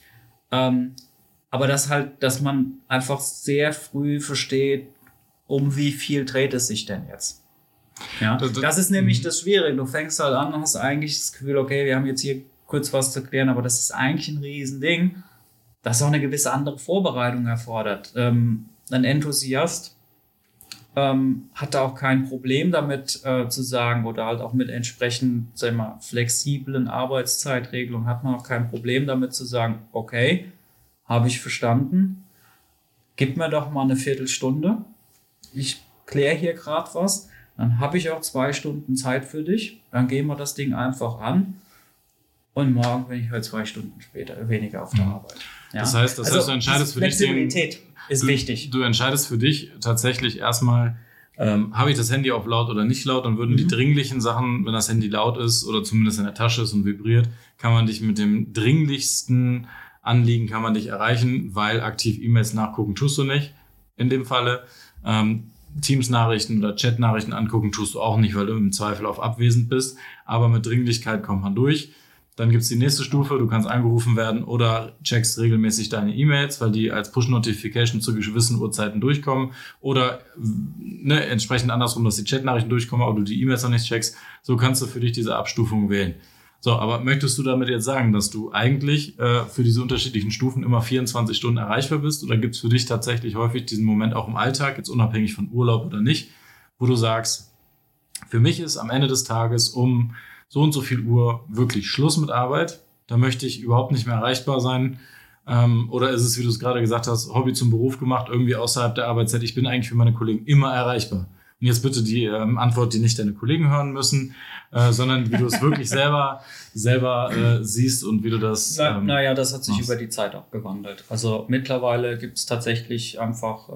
Aber dass man einfach sehr früh versteht, um wie viel dreht es sich denn jetzt. Ja, das ist nämlich das Schwierige. Du fängst halt an und hast eigentlich das Gefühl, okay, wir haben jetzt hier kurz was zu klären, aber das ist eigentlich ein Riesending, das auch eine gewisse andere Vorbereitung erfordert. Ein Enthusiast hat da auch kein Problem damit zu sagen, oder halt auch mit entsprechend, sagen wir mal, flexiblen Arbeitszeitregelungen hat man auch kein Problem damit zu sagen, okay, habe ich verstanden, gib mir doch mal eine Viertelstunde, ich kläre hier gerade was, dann habe ich auch 2 Stunden Zeit für dich, dann gehen wir das Ding einfach an und morgen bin ich halt 2 Stunden weniger auf der Arbeit. Ja? Das heißt, du entscheidest für dich. Flexibilität ist wichtig. Du entscheidest für dich tatsächlich erstmal, habe ich das Handy auf laut oder nicht laut, dann würden die dringlichen Sachen, wenn das Handy laut ist oder zumindest in der Tasche ist und vibriert, kann man dich mit dem dringlichsten Anliegen kann man dich erreichen, weil aktiv E-Mails nachgucken tust du nicht. In dem Falle Teams-Nachrichten oder Chat-Nachrichten angucken tust du auch nicht, weil du im Zweifel auf abwesend bist. Aber mit Dringlichkeit kommt man durch. Dann gibt's die nächste Stufe, du kannst angerufen werden oder checkst regelmäßig deine E-Mails, weil die als Push-Notification zu gewissen Uhrzeiten durchkommen. Oder entsprechend andersrum, dass die Chat-Nachrichten durchkommen, aber du die E-Mails noch nicht checkst. So kannst du für dich diese Abstufung wählen. So, aber möchtest du damit jetzt sagen, dass du eigentlich für diese unterschiedlichen Stufen immer 24 Stunden erreichbar bist? Oder gibt es für dich tatsächlich häufig diesen Moment auch im Alltag, jetzt unabhängig von Urlaub oder nicht, wo du sagst, für mich ist am Ende des Tages um so und so viel Uhr wirklich Schluss mit Arbeit. Da möchte ich überhaupt nicht mehr erreichbar sein. Oder ist es, wie du es gerade gesagt hast, Hobby zum Beruf gemacht, irgendwie außerhalb der Arbeitszeit? Ich bin eigentlich für meine Kollegen immer erreichbar. Und jetzt bitte die Antwort, die nicht deine Kollegen hören müssen, sondern wie du es wirklich selber siehst und wie du das... Naja, das hat sich über die Zeit auch gewandelt. Also mittlerweile gibt es tatsächlich einfach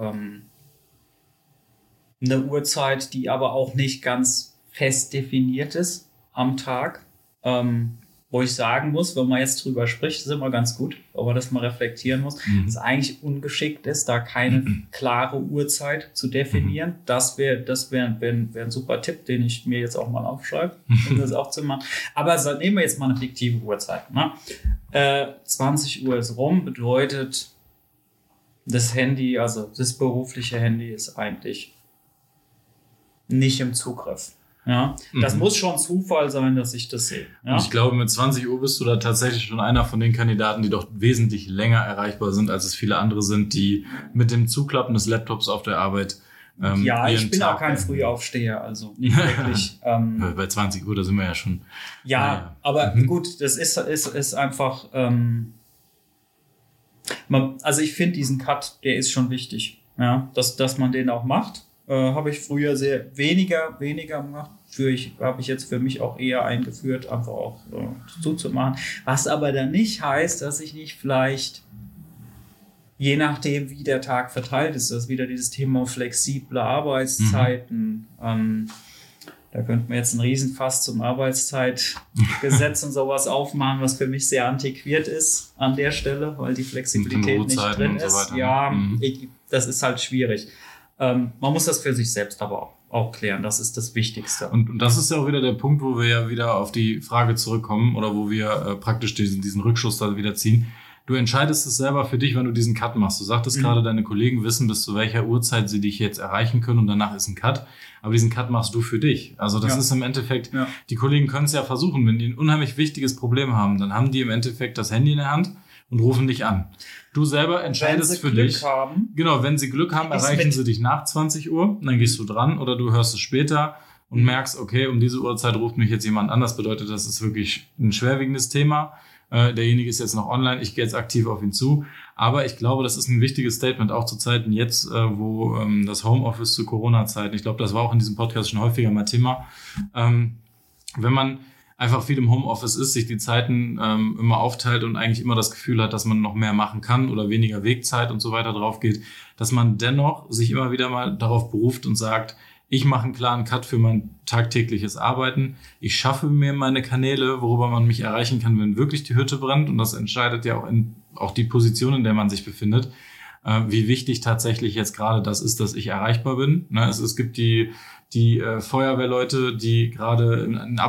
eine Uhrzeit, die aber auch nicht ganz fest definiert ist am Tag. Wo ich sagen muss, wenn man jetzt drüber spricht, ist immer ganz gut, ob man das mal reflektieren muss, dass es eigentlich ungeschickt ist, da keine klare Uhrzeit zu definieren. Das wäre ein super Tipp, den ich mir jetzt auch mal aufschreibe, um das auch zu machen. Aber nehmen wir jetzt mal eine fiktive Uhrzeit. Ne? 20 Uhr ist rum, bedeutet, das Handy, also das berufliche Handy ist eigentlich nicht im Zugriff. Ja, das muss schon Zufall sein, dass ich das sehe. Ja? Und ich glaube, mit 20 Uhr bist du da tatsächlich schon einer von den Kandidaten, die doch wesentlich länger erreichbar sind, als es viele andere sind, die mit dem Zuklappen des Laptops auf der Arbeit ich bin auch kein Frühaufsteher, also nicht wirklich. Bei 20 Uhr, da sind wir ja schon. Ja, aber gut, das ist einfach. Also ich finde diesen Cut, der ist schon wichtig, ja, dass man den auch macht. Habe ich früher weniger gemacht. Habe ich jetzt für mich auch eher eingeführt, einfach auch zuzumachen. Was aber dann nicht heißt, dass ich nicht vielleicht, je nachdem, wie der Tag verteilt ist, das ist wieder dieses Thema flexible Arbeitszeiten. Da könnten wir jetzt einen Riesenfass zum Arbeitszeitgesetz und sowas aufmachen, was für mich sehr antiquiert ist an der Stelle, weil die Flexibilität nicht drin ist. So ja, das ist halt schwierig. Man muss das für sich selbst aber auch klären. Das ist das Wichtigste. Und das ist ja auch wieder der Punkt, wo wir ja wieder auf die Frage zurückkommen oder wo wir praktisch diesen Rückschluss da wieder ziehen. Du entscheidest es selber für dich, wenn du diesen Cut machst. Du sagtest gerade, deine Kollegen wissen, bis zu welcher Uhrzeit sie dich jetzt erreichen können und danach ist ein Cut. Aber diesen Cut machst du für dich. Also das ist im Endeffekt, die Kollegen können es ja versuchen. Wenn die ein unheimlich wichtiges Problem haben, dann haben die im Endeffekt das Handy in der Hand und rufen dich an. Du selber entscheidest für dich. Genau, wenn sie Glück haben, erreichen sie dich nach 20 Uhr. Dann gehst du dran oder du hörst es später und merkst, okay, um diese Uhrzeit ruft mich jetzt jemand an. Das bedeutet, das ist wirklich ein schwerwiegendes Thema. Derjenige ist jetzt noch online, ich gehe jetzt aktiv auf ihn zu. Aber ich glaube, das ist ein wichtiges Statement, auch zu Zeiten jetzt, wo das Homeoffice zu Corona-Zeiten, ich glaube, das war auch in diesem Podcast schon häufiger mal Thema, wenn man einfach viel im Homeoffice ist, sich die Zeiten immer aufteilt und eigentlich immer das Gefühl hat, dass man noch mehr machen kann oder weniger Wegzeit und so weiter drauf geht, dass man dennoch sich immer wieder mal darauf beruft und sagt, ich mache einen klaren Cut für mein tagtägliches Arbeiten. Ich schaffe mir meine Kanäle, worüber man mich erreichen kann, wenn wirklich die Hütte brennt. Und das entscheidet ja auch die Position, in der man sich befindet, wie wichtig tatsächlich jetzt gerade das ist, dass ich erreichbar bin. Es gibt die Feuerwehrleute, die gerade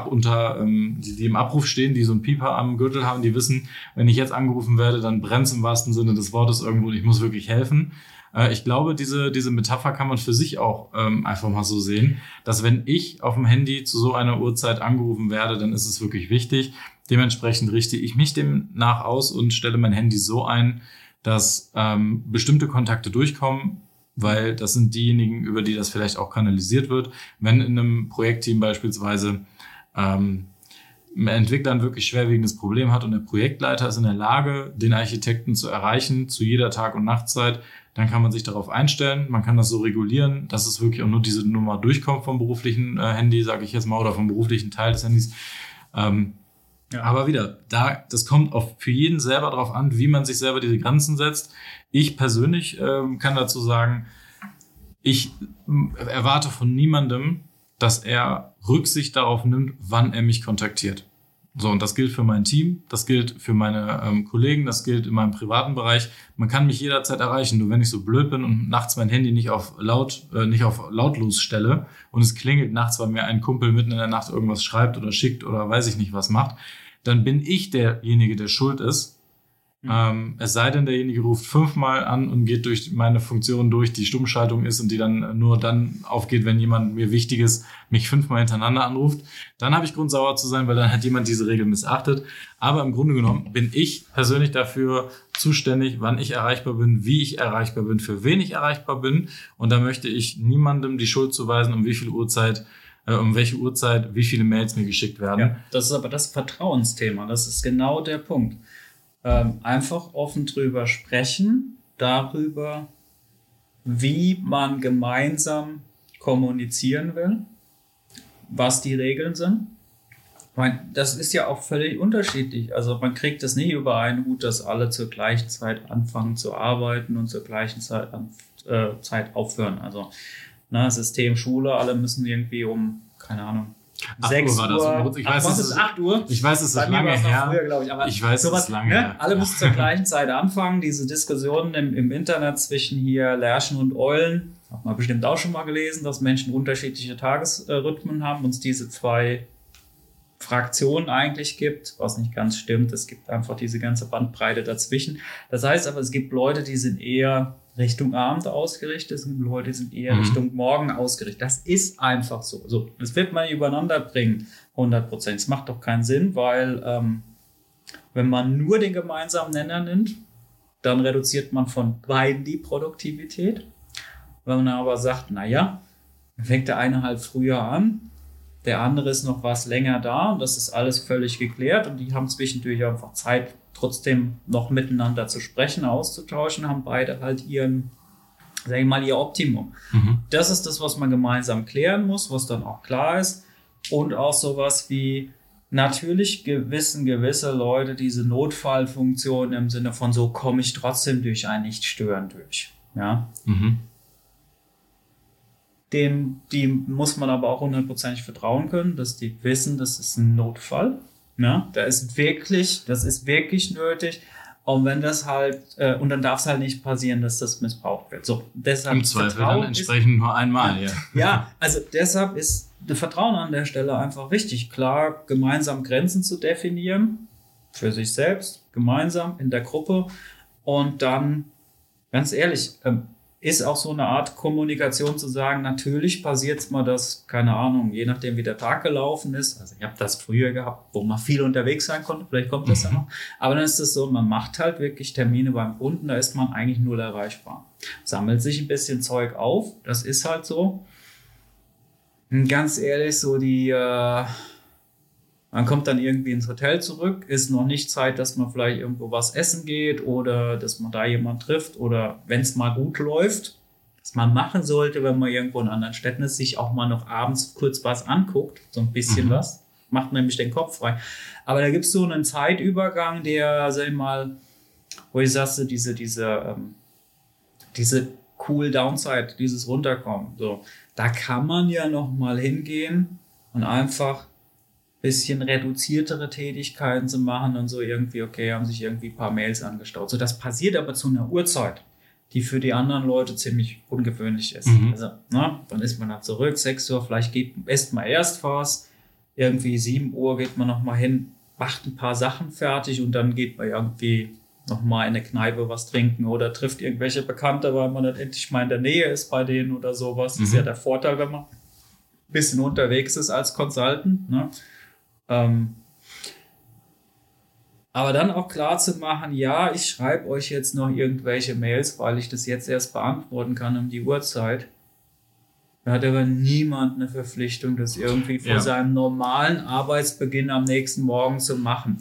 die im Abruf stehen, die so einen Pieper am Gürtel haben, die wissen, wenn ich jetzt angerufen werde, dann brennt es im wahrsten Sinne des Wortes irgendwo und ich muss wirklich helfen. Ich glaube, diese Metapher kann man für sich auch einfach mal so sehen, dass wenn ich auf dem Handy zu so einer Uhrzeit angerufen werde, dann ist es wirklich wichtig. Dementsprechend richte ich mich demnach aus und stelle mein Handy so ein, dass bestimmte Kontakte durchkommen, weil das sind diejenigen, über die das vielleicht auch kanalisiert wird. Wenn in einem Projektteam beispielsweise ein Entwickler ein wirklich schwerwiegendes Problem hat und der Projektleiter ist in der Lage, den Architekten zu erreichen zu jeder Tag- und Nachtzeit, dann kann man sich darauf einstellen. Man kann das so regulieren, dass es wirklich auch nur diese Nummer durchkommt vom beruflichen Handy, sage ich jetzt mal, oder vom beruflichen Teil des Handys. Aber wieder, das kommt für jeden selber drauf an, wie man sich selber diese Grenzen setzt. Ich persönlich kann dazu sagen, ich erwarte von niemandem, dass er Rücksicht darauf nimmt, wann er mich kontaktiert. So, und das gilt für mein Team, das gilt für meine Kollegen, das gilt in meinem privaten Bereich. Man kann mich jederzeit erreichen. Nur wenn ich so blöd bin und nachts mein Handy nicht auf lautlos stelle und es klingelt nachts, weil mir ein Kumpel mitten in der Nacht irgendwas schreibt oder schickt oder weiß ich nicht was macht, dann bin ich derjenige, der schuld ist. Es sei denn, derjenige ruft 5-mal an und geht durch meine Funktion durch, die Stummschaltung ist und die dann nur dann aufgeht, wenn jemand mir Wichtiges mich 5-mal hintereinander anruft. Dann habe ich Grund, sauer zu sein, weil dann hat jemand diese Regel missachtet. Aber im Grunde genommen bin ich persönlich dafür zuständig, wann ich erreichbar bin, wie ich erreichbar bin, für wen ich erreichbar bin. Und da möchte ich niemandem die Schuld zuweisen, um welche Uhrzeit, wie viele Mails mir geschickt werden. Ja, das ist aber das Vertrauensthema. Das ist genau der Punkt. Einfach offen drüber sprechen, darüber, wie man gemeinsam kommunizieren will, was die Regeln sind. Ich meine, das ist ja auch völlig unterschiedlich. Also man kriegt es nicht über einen Hut, dass alle zur gleichen Zeit anfangen zu arbeiten und zur gleichen Zeit aufhören. Also System Schule, alle müssen irgendwie um, keine Ahnung, 6 Uhr. Das. Ich weiß, es ist 8 Uhr. Ich weiß, es ist lange her. Früher, glaube ich. Aber ich weiß, sowas, es ist lange her. Alle müssen zur gleichen Zeit anfangen. Diese Diskussionen im Internet zwischen hier Lerchen und Eulen, hat man bestimmt auch schon mal gelesen, dass Menschen unterschiedliche Tagesrhythmen haben und es diese 2 Fraktionen eigentlich gibt, was nicht ganz stimmt. Es gibt einfach diese ganze Bandbreite dazwischen. Das heißt aber, es gibt Leute, die sind eher Richtung Abend ausgerichtet, es gibt Leute, die sind eher Richtung Morgen ausgerichtet. Das ist einfach so. Das wird man übereinander bringen, 100%. Es macht doch keinen Sinn, weil wenn man nur den gemeinsamen Nenner nimmt, dann reduziert man von beiden die Produktivität. Wenn man aber sagt, naja, dann fängt der eine halt früher an, der andere ist noch was länger da und das ist alles völlig geklärt und die haben zwischendurch einfach Zeit, trotzdem noch miteinander zu sprechen, auszutauschen, haben beide halt ihr Optimum. Das ist das, was man gemeinsam klären muss, was dann auch klar ist und auch sowas wie natürlich gewisse Leute diese Notfallfunktion im Sinne von so komme ich trotzdem durch ein Nicht-Stören durch. Ja. Die muss man aber auch 100% vertrauen können, dass die wissen, das ist ein Notfall. Ja, das ist wirklich nötig. Und wenn das halt, und dann darf es halt nicht passieren, dass das missbraucht wird. So, deshalb im Zweifel dann entsprechend nur einmal, ja. Ja, also deshalb ist das Vertrauen an der Stelle einfach wichtig. Klar, gemeinsam Grenzen zu definieren, für sich selbst, gemeinsam in der Gruppe. Und dann, ganz ehrlich, ist auch so eine Art Kommunikation zu sagen, natürlich passiert es mal, dass, keine Ahnung, je nachdem wie der Tag gelaufen ist, also ich habe das früher gehabt, wo man viel unterwegs sein konnte, vielleicht kommt das ja noch, aber dann ist es so, man macht halt wirklich Termine beim Kunden, da ist man eigentlich null erreichbar. Sammelt sich ein bisschen Zeug auf, das ist halt so. Und ganz ehrlich, man kommt dann irgendwie ins Hotel zurück, ist noch nicht Zeit, dass man vielleicht irgendwo was essen geht oder dass man da jemanden trifft oder wenn es mal gut läuft, was man machen sollte, wenn man irgendwo in anderen Städten ist, sich auch mal noch abends kurz was anguckt, so ein bisschen was, macht nämlich den Kopf frei. Aber da gibt es so einen Zeitübergang, der, sag ich mal, wo ich sagte, diese Cool-Down-Zeit, dieses Runterkommen, so, da kann man ja noch mal hingehen und einfach bisschen reduziertere Tätigkeiten zu machen und so irgendwie, okay, haben sich irgendwie ein paar Mails angestaut. So, das passiert aber zu einer Uhrzeit, die für die anderen Leute ziemlich ungewöhnlich ist. Also, dann ist man da zurück, 6 Uhr, vielleicht esst man erst was, irgendwie 7 Uhr geht man noch mal hin, macht ein paar Sachen fertig und dann geht man irgendwie noch mal in eine Kneipe was trinken oder trifft irgendwelche Bekannte, weil man dann endlich mal in der Nähe ist bei denen oder sowas. Das ist ja der Vorteil, wenn man ein bisschen unterwegs ist als Consultant, ne? Aber dann auch klar zu machen, ja, ich schreibe euch jetzt noch irgendwelche Mails, weil ich das jetzt erst beantworten kann um die Uhrzeit. Da hat aber niemand eine Verpflichtung, das irgendwie vor seinem normalen Arbeitsbeginn am nächsten Morgen zu machen.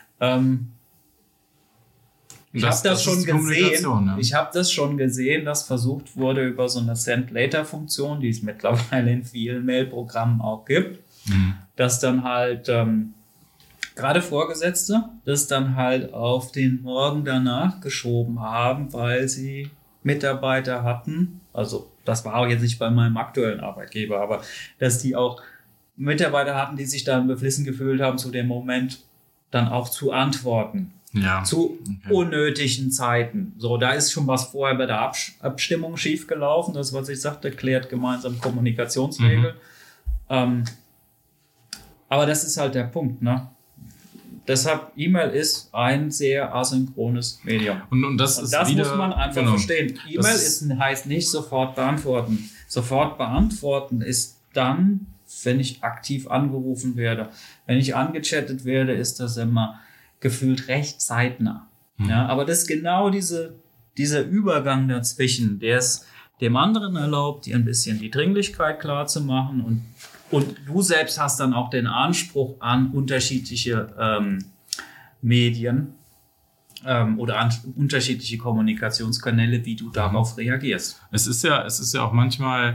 Ich habe das schon gesehen. Ja. Ich habe das schon gesehen, dass versucht wurde über so eine Send-Later-Funktion, die es mittlerweile in vielen Mail-Programmen auch gibt, dass dann halt gerade Vorgesetzte das dann halt auf den Morgen danach geschoben haben, weil sie Mitarbeiter hatten, also das war auch jetzt nicht bei meinem aktuellen Arbeitgeber, aber dass die auch Mitarbeiter hatten, die sich dann beflissen gefühlt haben, zu dem Moment dann auch zu antworten. Ja. Zu unnötigen Zeiten. So, da ist schon was vorher bei der Abstimmung schiefgelaufen. Das, was ich sagte, klärt gemeinsam Kommunikationsregeln. Aber das ist halt der Punkt, ne? Deshalb E-Mail ist ein sehr asynchrones Medium. Und das muss man einfach verstehen. E-Mail heißt nicht sofort beantworten. Sofort beantworten ist dann, wenn ich aktiv angerufen werde. Wenn ich angechattet werde, ist das immer gefühlt recht zeitnah. Ja, aber das ist genau dieser Übergang dazwischen, der es dem anderen erlaubt, dir ein bisschen die Dringlichkeit klar zu machen und du selbst hast dann auch den Anspruch an unterschiedliche Medien oder an unterschiedliche Kommunikationskanäle, wie du darauf reagierst. Es ist ja auch manchmal,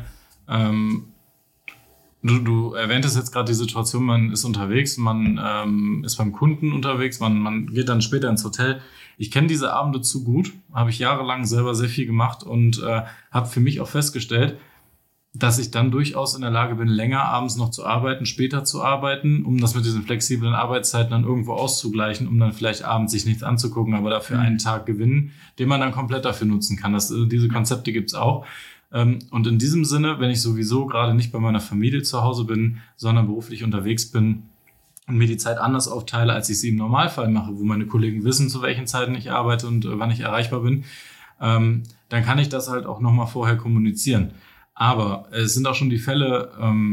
du erwähntest jetzt gerade die Situation, man ist unterwegs, man ist beim Kunden unterwegs, man geht dann später ins Hotel. Ich kenne diese Abende zu gut, habe ich jahrelang selber sehr viel gemacht und habe für mich auch festgestellt, dass ich dann durchaus in der Lage bin, länger abends noch zu arbeiten, später zu arbeiten, um das mit diesen flexiblen Arbeitszeiten dann irgendwo auszugleichen, um dann vielleicht abends sich nichts anzugucken, aber dafür einen Tag gewinnen, den man dann komplett dafür nutzen kann. Diese Konzepte gibt's auch. Und in diesem Sinne, wenn ich sowieso gerade nicht bei meiner Familie zu Hause bin, sondern beruflich unterwegs bin und mir die Zeit anders aufteile, als ich sie im Normalfall mache, wo meine Kollegen wissen, zu welchen Zeiten ich arbeite und wann ich erreichbar bin, dann kann ich das halt auch nochmal vorher kommunizieren. Aber es sind auch schon die Fälle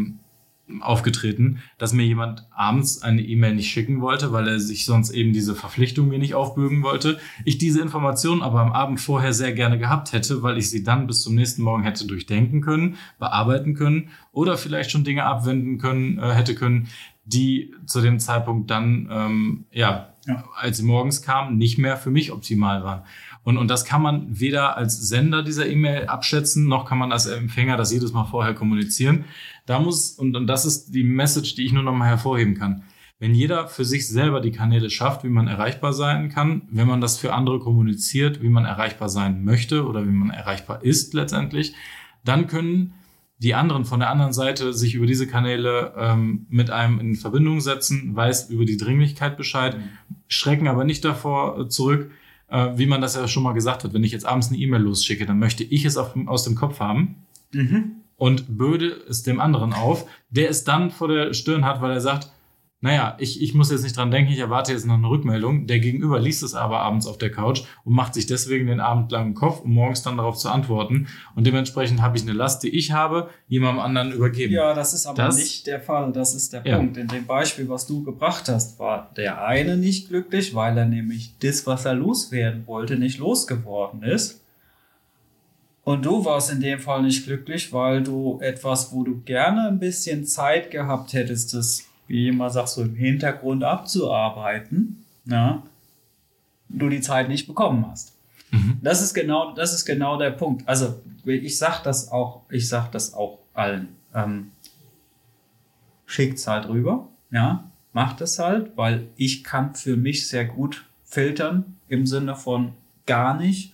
aufgetreten, dass mir jemand abends eine E-Mail nicht schicken wollte, weil er sich sonst eben diese Verpflichtung mir nicht aufbürgen wollte. Ich diese Information aber am Abend vorher sehr gerne gehabt hätte, weil ich sie dann bis zum nächsten Morgen hätte durchdenken können, bearbeiten können oder vielleicht schon Dinge abwenden können, hätte können, die zu dem Zeitpunkt dann, als sie morgens kamen, nicht mehr für mich optimal waren. Und das kann man weder als Sender dieser E-Mail abschätzen, noch kann man als Empfänger das jedes Mal vorher kommunizieren. Und das ist die Message, die ich nur noch mal hervorheben kann. Wenn jeder für sich selber die Kanäle schafft, wie man erreichbar sein kann, wenn man das für andere kommuniziert, wie man erreichbar sein möchte oder wie man erreichbar ist letztendlich, dann können die anderen von der anderen Seite sich über diese Kanäle mit einem in Verbindung setzen, weiß über die Dringlichkeit Bescheid, schrecken aber nicht davor zurück, wie man das ja schon mal gesagt hat. Wenn ich jetzt abends eine E-Mail losschicke, dann möchte ich es aus dem Kopf haben und bürde es dem anderen auf, der es dann vor der Stirn hat, weil er sagt, naja, ich muss jetzt nicht dran denken, ich erwarte jetzt noch eine Rückmeldung. Der Gegenüber liest es aber abends auf der Couch und macht sich deswegen den Abend lang im Kopf, um morgens dann darauf zu antworten. Und dementsprechend habe ich eine Last, die ich habe, jemandem anderen übergeben. Ja, das ist aber nicht der Fall. Das ist der Punkt. In dem Beispiel, was du gebracht hast, war der eine nicht glücklich, weil er nämlich das, was er loswerden wollte, nicht losgeworden ist. Und du warst in dem Fall nicht glücklich, weil du etwas, wo du gerne ein bisschen Zeit gehabt hättest, das, wie immer sagst, so im Hintergrund abzuarbeiten, du die Zeit nicht bekommen hast. Das ist genau der Punkt. Also ich sag das auch allen. Schickt's halt rüber, macht es halt, weil ich kann für mich sehr gut filtern im Sinne von gar nicht.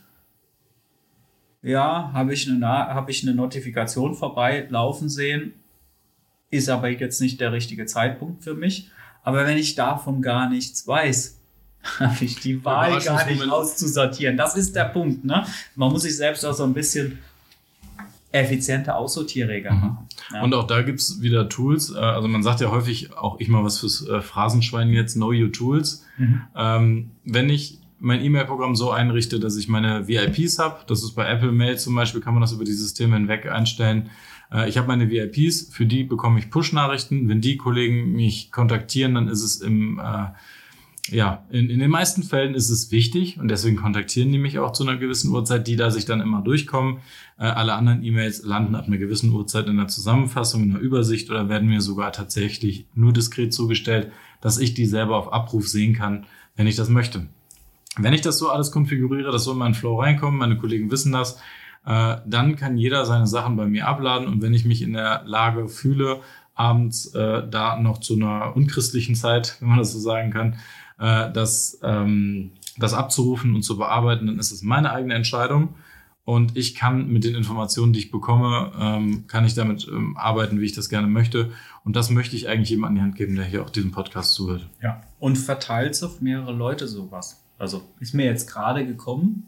Ja, habe ich eine Notifikation vorbeilaufen sehen, ist aber jetzt nicht der richtige Zeitpunkt für mich. Aber wenn ich davon gar nichts weiß, habe ich die Wahl gar nicht auszusortieren. Das ist der Punkt, ne? Man muss sich selbst auch so ein bisschen effiziente Aussortierregeln machen. Ja. Und auch da gibt's wieder Tools. Also man sagt ja häufig, auch ich mal was fürs Phrasenschwein jetzt, know your tools. Wenn ich mein E-Mail-Programm so einrichte, dass ich meine VIPs habe, das ist bei Apple Mail zum Beispiel, kann man das über die Systeme hinweg einstellen. Ich habe meine VIPs, für die bekomme ich Push-Nachrichten. Wenn die Kollegen mich kontaktieren, dann ist es in den meisten Fällen ist es wichtig und deswegen kontaktieren die mich auch zu einer gewissen Uhrzeit, die da sich dann immer durchkommen. Alle anderen E-Mails landen ab einer gewissen Uhrzeit in der Zusammenfassung, in der Übersicht oder werden mir sogar tatsächlich nur diskret zugestellt, dass ich die selber auf Abruf sehen kann, wenn ich das möchte. Wenn ich das so alles konfiguriere, dass so in meinen Flow reinkommt, meine Kollegen wissen das, dann kann jeder seine Sachen bei mir abladen und wenn ich mich in der Lage fühle, abends da noch zu einer unchristlichen Zeit, wenn man das so sagen kann, das abzurufen und zu bearbeiten, dann ist es meine eigene Entscheidung und ich kann mit den Informationen, die ich bekomme, kann ich damit arbeiten, wie ich das gerne möchte und das möchte ich eigentlich jedem an die Hand geben, der hier auch diesem Podcast zuhört. Ja, und verteilt auf mehrere Leute sowas. Also ist mir jetzt gerade gekommen,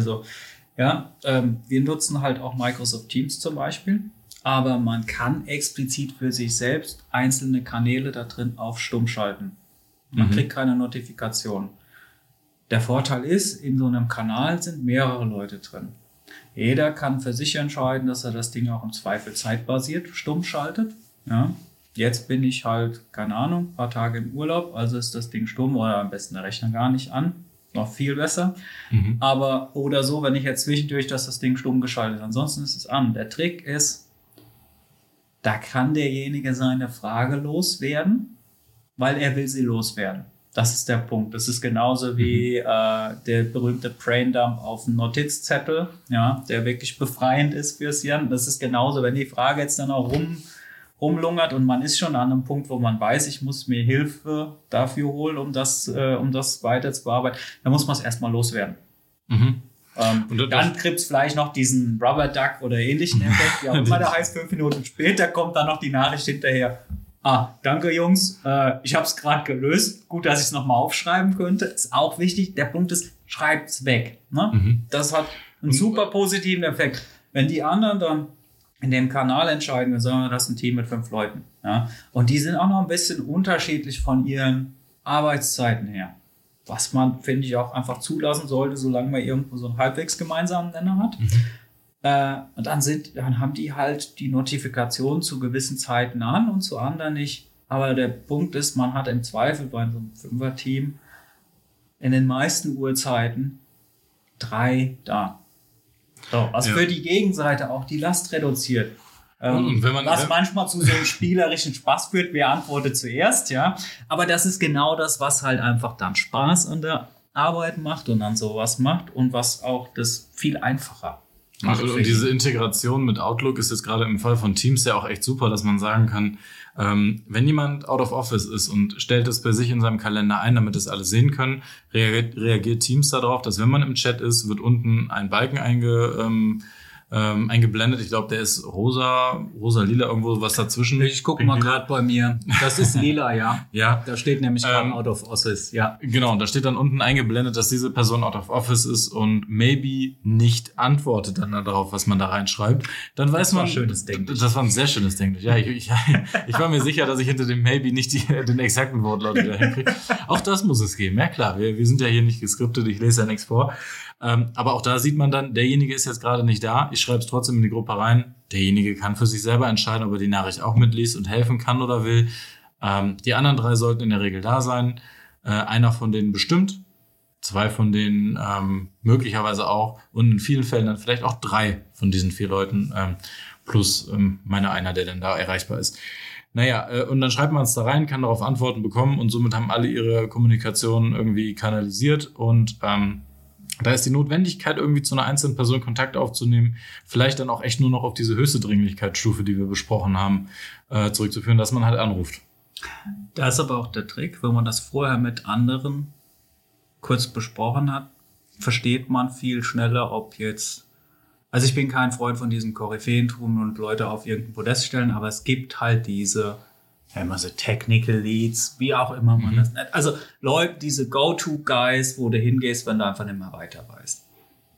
wir nutzen halt auch Microsoft Teams zum Beispiel, aber man kann explizit für sich selbst einzelne Kanäle da drin auf Stumm schalten. Man kriegt keine Notifikation. Der Vorteil ist, in so einem Kanal sind mehrere Leute drin. Jeder kann für sich entscheiden, dass er das Ding auch im Zweifel zeitbasiert stumm schaltet. Ja. Jetzt bin ich halt, keine Ahnung, ein paar Tage im Urlaub, also ist das Ding stumm oder am besten der Rechner gar nicht an. Noch viel besser. Aber oder so, wenn ich jetzt zwischendurch, dass das Ding stumm geschaltet ist. Ansonsten ist es an. Der Trick ist, da kann derjenige seine Frage loswerden, weil er will sie loswerden. Das ist der Punkt. Das ist genauso wie der berühmte Braindump auf dem Notizzettel, ja, der wirklich befreiend ist fürs Hirn. Das ist genauso, wenn die Frage jetzt dann auch rumlungert und man ist schon an einem Punkt, wo man weiß, ich muss mir Hilfe dafür holen, um das weiter zu bearbeiten, dann muss man es erstmal loswerden. Und dann kriegt es vielleicht noch diesen Rubber Duck oder ähnlichen Effekt, wie auch immer der heißt, 5 Minuten später kommt dann noch die Nachricht hinterher. Danke Jungs, ich habe es gerade gelöst. Gut, dass ich es nochmal aufschreiben könnte. Ist auch wichtig. Der Punkt ist, schreibt es weg. Ne? Das hat einen super positiven Effekt. Wenn die anderen dann in dem Kanal entscheiden, wir sagen, das ist ein Team mit 5 Leuten. Ja? Und die sind auch noch ein bisschen unterschiedlich von ihren Arbeitszeiten her. Was man, finde ich, auch einfach zulassen sollte, solange man irgendwo so einen halbwegs gemeinsamen Nenner hat. Und dann haben die halt die Notifikation zu gewissen Zeiten an und zu anderen nicht. Aber der Punkt ist, man hat im Zweifel bei so einem 5er-Team in den meisten Uhrzeiten 3 da. So, was für die Gegenseite auch die Last reduziert. Was manchmal zu so einem spielerischen Spaß führt, wer antwortet zuerst, ja. Aber das ist genau das, was halt einfach dann Spaß an der Arbeit macht und dann sowas macht und was auch das viel einfacher macht. Und diese Integration mit Outlook ist jetzt gerade im Fall von Teams ja auch echt super, dass man sagen kann, wenn jemand out of office ist und stellt es bei sich in seinem Kalender ein, damit es alle sehen können, reagiert Teams darauf, dass wenn man im Chat ist, wird unten ein Balken eingeblendet. Ich glaube, der ist rosa, lila, irgendwo was dazwischen. Ich gucke mal gerade bei mir. Das ist lila, ja. Ja. Da steht nämlich gerade out of office, ja. Genau, und da steht dann unten eingeblendet, dass diese Person out of office ist und maybe nicht antwortet dann darauf, was man da reinschreibt. Dann weiß man. Das war ein schönes Ding. Das war ein sehr schönes Ding. Ja, ich war mir sicher, dass ich hinter dem maybe nicht den exakten Wortlaut wieder hinkriege. Auch das muss es geben. Ja klar, wir sind ja hier nicht geskriptet, ich lese ja nichts vor. Aber auch da sieht man dann, derjenige ist jetzt gerade nicht da. Ich schreibe es trotzdem in die Gruppe rein. Derjenige kann für sich selber entscheiden, ob er die Nachricht auch mitliest und helfen kann oder will. Die anderen 3 sollten in der Regel da sein. Einer von denen bestimmt, 2 von denen möglicherweise auch und in vielen Fällen dann vielleicht auch 3 von diesen 4 Leuten plus einer, der dann da erreichbar ist. Naja, und dann schreibt man es da rein, kann darauf Antworten bekommen und somit haben alle ihre Kommunikation irgendwie kanalisiert und da ist die Notwendigkeit, irgendwie zu einer einzelnen Person Kontakt aufzunehmen, vielleicht dann auch echt nur noch auf diese höchste Dringlichkeitsstufe, die wir besprochen haben, zurückzuführen, dass man halt anruft. Da ist aber auch der Trick, wenn man das vorher mit anderen kurz besprochen hat, versteht man viel schneller, ob jetzt, also ich bin kein Freund von diesem Koryphäentum und Leute auf irgendein Podest stellen, aber es gibt halt diese immer so Technical Leads, wie auch immer man das nennt. Also Leute, diese Go-To-Guys, wo du hingehst, wenn du einfach nicht mehr weiter weißt.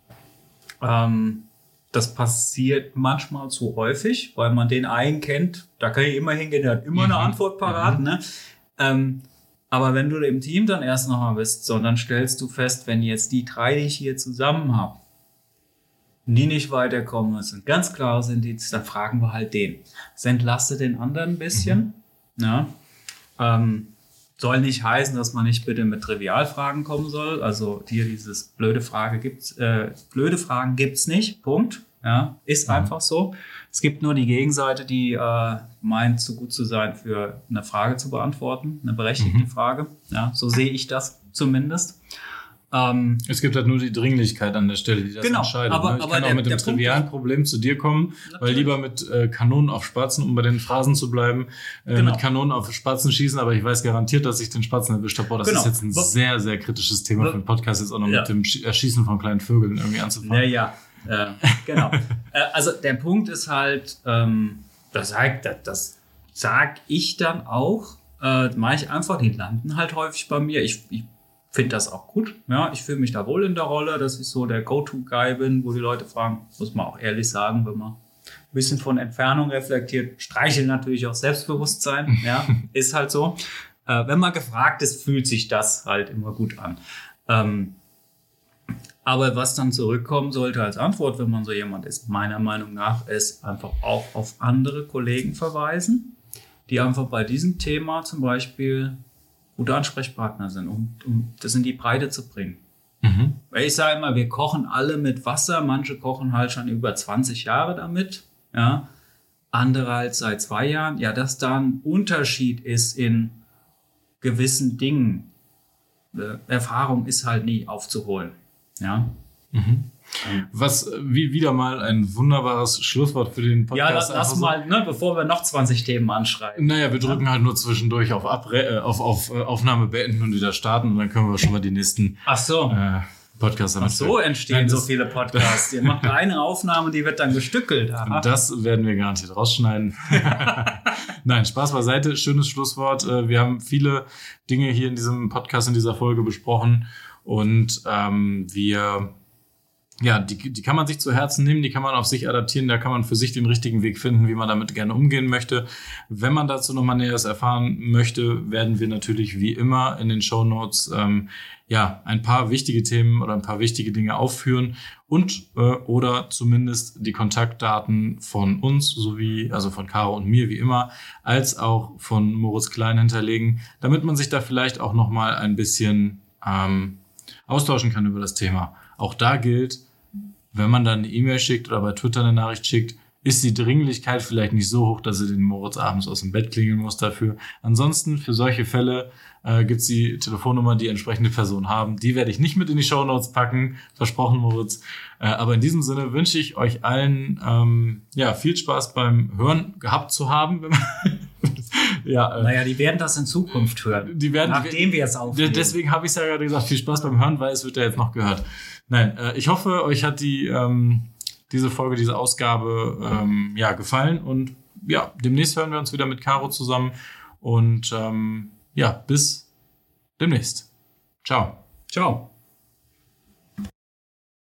Das passiert manchmal zu häufig, weil man den einen kennt, da kann ich immer hingehen, der hat immer eine Antwort parat. Ne? Aber wenn du im Team dann erst nochmal bist, so, dann stellst du fest, wenn jetzt die 3, die ich hier zusammen habe, die nicht weiterkommen, das sind ganz klare Indizien, dann fragen wir halt den. Das entlastet den anderen ein bisschen. Ja, soll nicht heißen, dass man nicht bitte mit Trivialfragen kommen soll. Also hier dieses blöde Fragen gibt's nicht. Punkt. Ja, ist einfach so. Es gibt nur die Gegenseite, die meint, zu gut zu sein, für eine Frage zu beantworten, eine berechtigte Frage. Ja, so sehe ich das zumindest. Es gibt halt nur die Dringlichkeit an der Stelle, die das entscheidet. Aber ich kann auch mit dem trivialen Problem zu dir kommen, weil lieber mit Kanonen auf Spatzen, um bei den Phrasen zu bleiben, mit Kanonen auf Spatzen schießen, aber ich weiß garantiert, dass ich den Spatzen erwischt habe. Boah, das ist jetzt ein sehr, sehr kritisches Thema für den Podcast, jetzt auch noch mit dem Erschießen von kleinen Vögeln irgendwie anzufangen. Genau. Also der Punkt ist halt, das sag ich dann auch, mache ich einfach, die landen halt häufig bei mir. Ich finde das auch gut. Ja, ich fühle mich da wohl in der Rolle, dass ich so der Go-To-Guy bin, wo die Leute fragen, muss man auch ehrlich sagen, wenn man ein bisschen von Entfernung reflektiert, streicheln natürlich auch Selbstbewusstsein. Ja, ist halt so. Wenn man gefragt ist, fühlt sich das halt immer gut an. Aber was dann zurückkommen sollte als Antwort, wenn man so jemand ist, meiner Meinung nach, ist einfach auch auf andere Kollegen verweisen, die einfach bei diesem Thema zum Beispiel gute Ansprechpartner sind, um das in die Breite zu bringen. Weil ich sage immer, wir kochen alle mit Wasser, manche kochen halt schon über 20 Jahre damit, ja, andere halt seit 2 Jahren. Ja, dass da ein Unterschied ist in gewissen Dingen. Erfahrung ist halt nie aufzuholen. Ja. Wie wieder mal ein wunderbares Schlusswort für den Podcast. Ja, lass mal, bevor wir noch 20 Themen anschreiben. Naja, wir drücken halt nur zwischendurch auf Aufnahme beenden und wieder starten und dann können wir schon mal die nächsten Podcasts damit. Ach so entstehen so viele Podcasts. Ihr macht eine Aufnahme, die wird dann gestückelt. Aha. Das werden wir garantiert rausschneiden. Nein, Spaß beiseite. Schönes Schlusswort. Wir haben viele Dinge hier in diesem Podcast, in dieser Folge besprochen und die kann man sich zu Herzen nehmen, die kann man auf sich adaptieren, da kann man für sich den richtigen Weg finden, wie man damit gerne umgehen möchte. Wenn man dazu nochmal Näheres erfahren möchte, werden wir natürlich wie immer in den Shownotes ein paar wichtige Themen oder ein paar wichtige Dinge aufführen und oder zumindest die Kontaktdaten von uns, sowie also von Caro und mir wie immer, als auch von Moritz Klein hinterlegen, damit man sich da vielleicht auch nochmal ein bisschen austauschen kann über das Thema. Auch da gilt, wenn man dann eine E-Mail schickt oder bei Twitter eine Nachricht schickt, ist die Dringlichkeit vielleicht nicht so hoch, dass sie den Moritz abends aus dem Bett klingeln muss dafür. Ansonsten, für solche Fälle gibt's die Telefonnummer, die entsprechende Person haben. Die werde ich nicht mit in die Shownotes packen, versprochen, Moritz. Aber in diesem Sinne wünsche ich euch allen viel Spaß beim Hören gehabt zu haben. Die werden das in Zukunft hören, nachdem wir es aufnehmen. Deswegen habe ich es ja gerade gesagt, viel Spaß beim Hören, weil es wird ja jetzt noch gehört. Nein, ich hoffe, euch hat diese Folge, diese Ausgabe gefallen und demnächst hören wir uns wieder mit Caro zusammen und bis demnächst. Ciao. Ciao.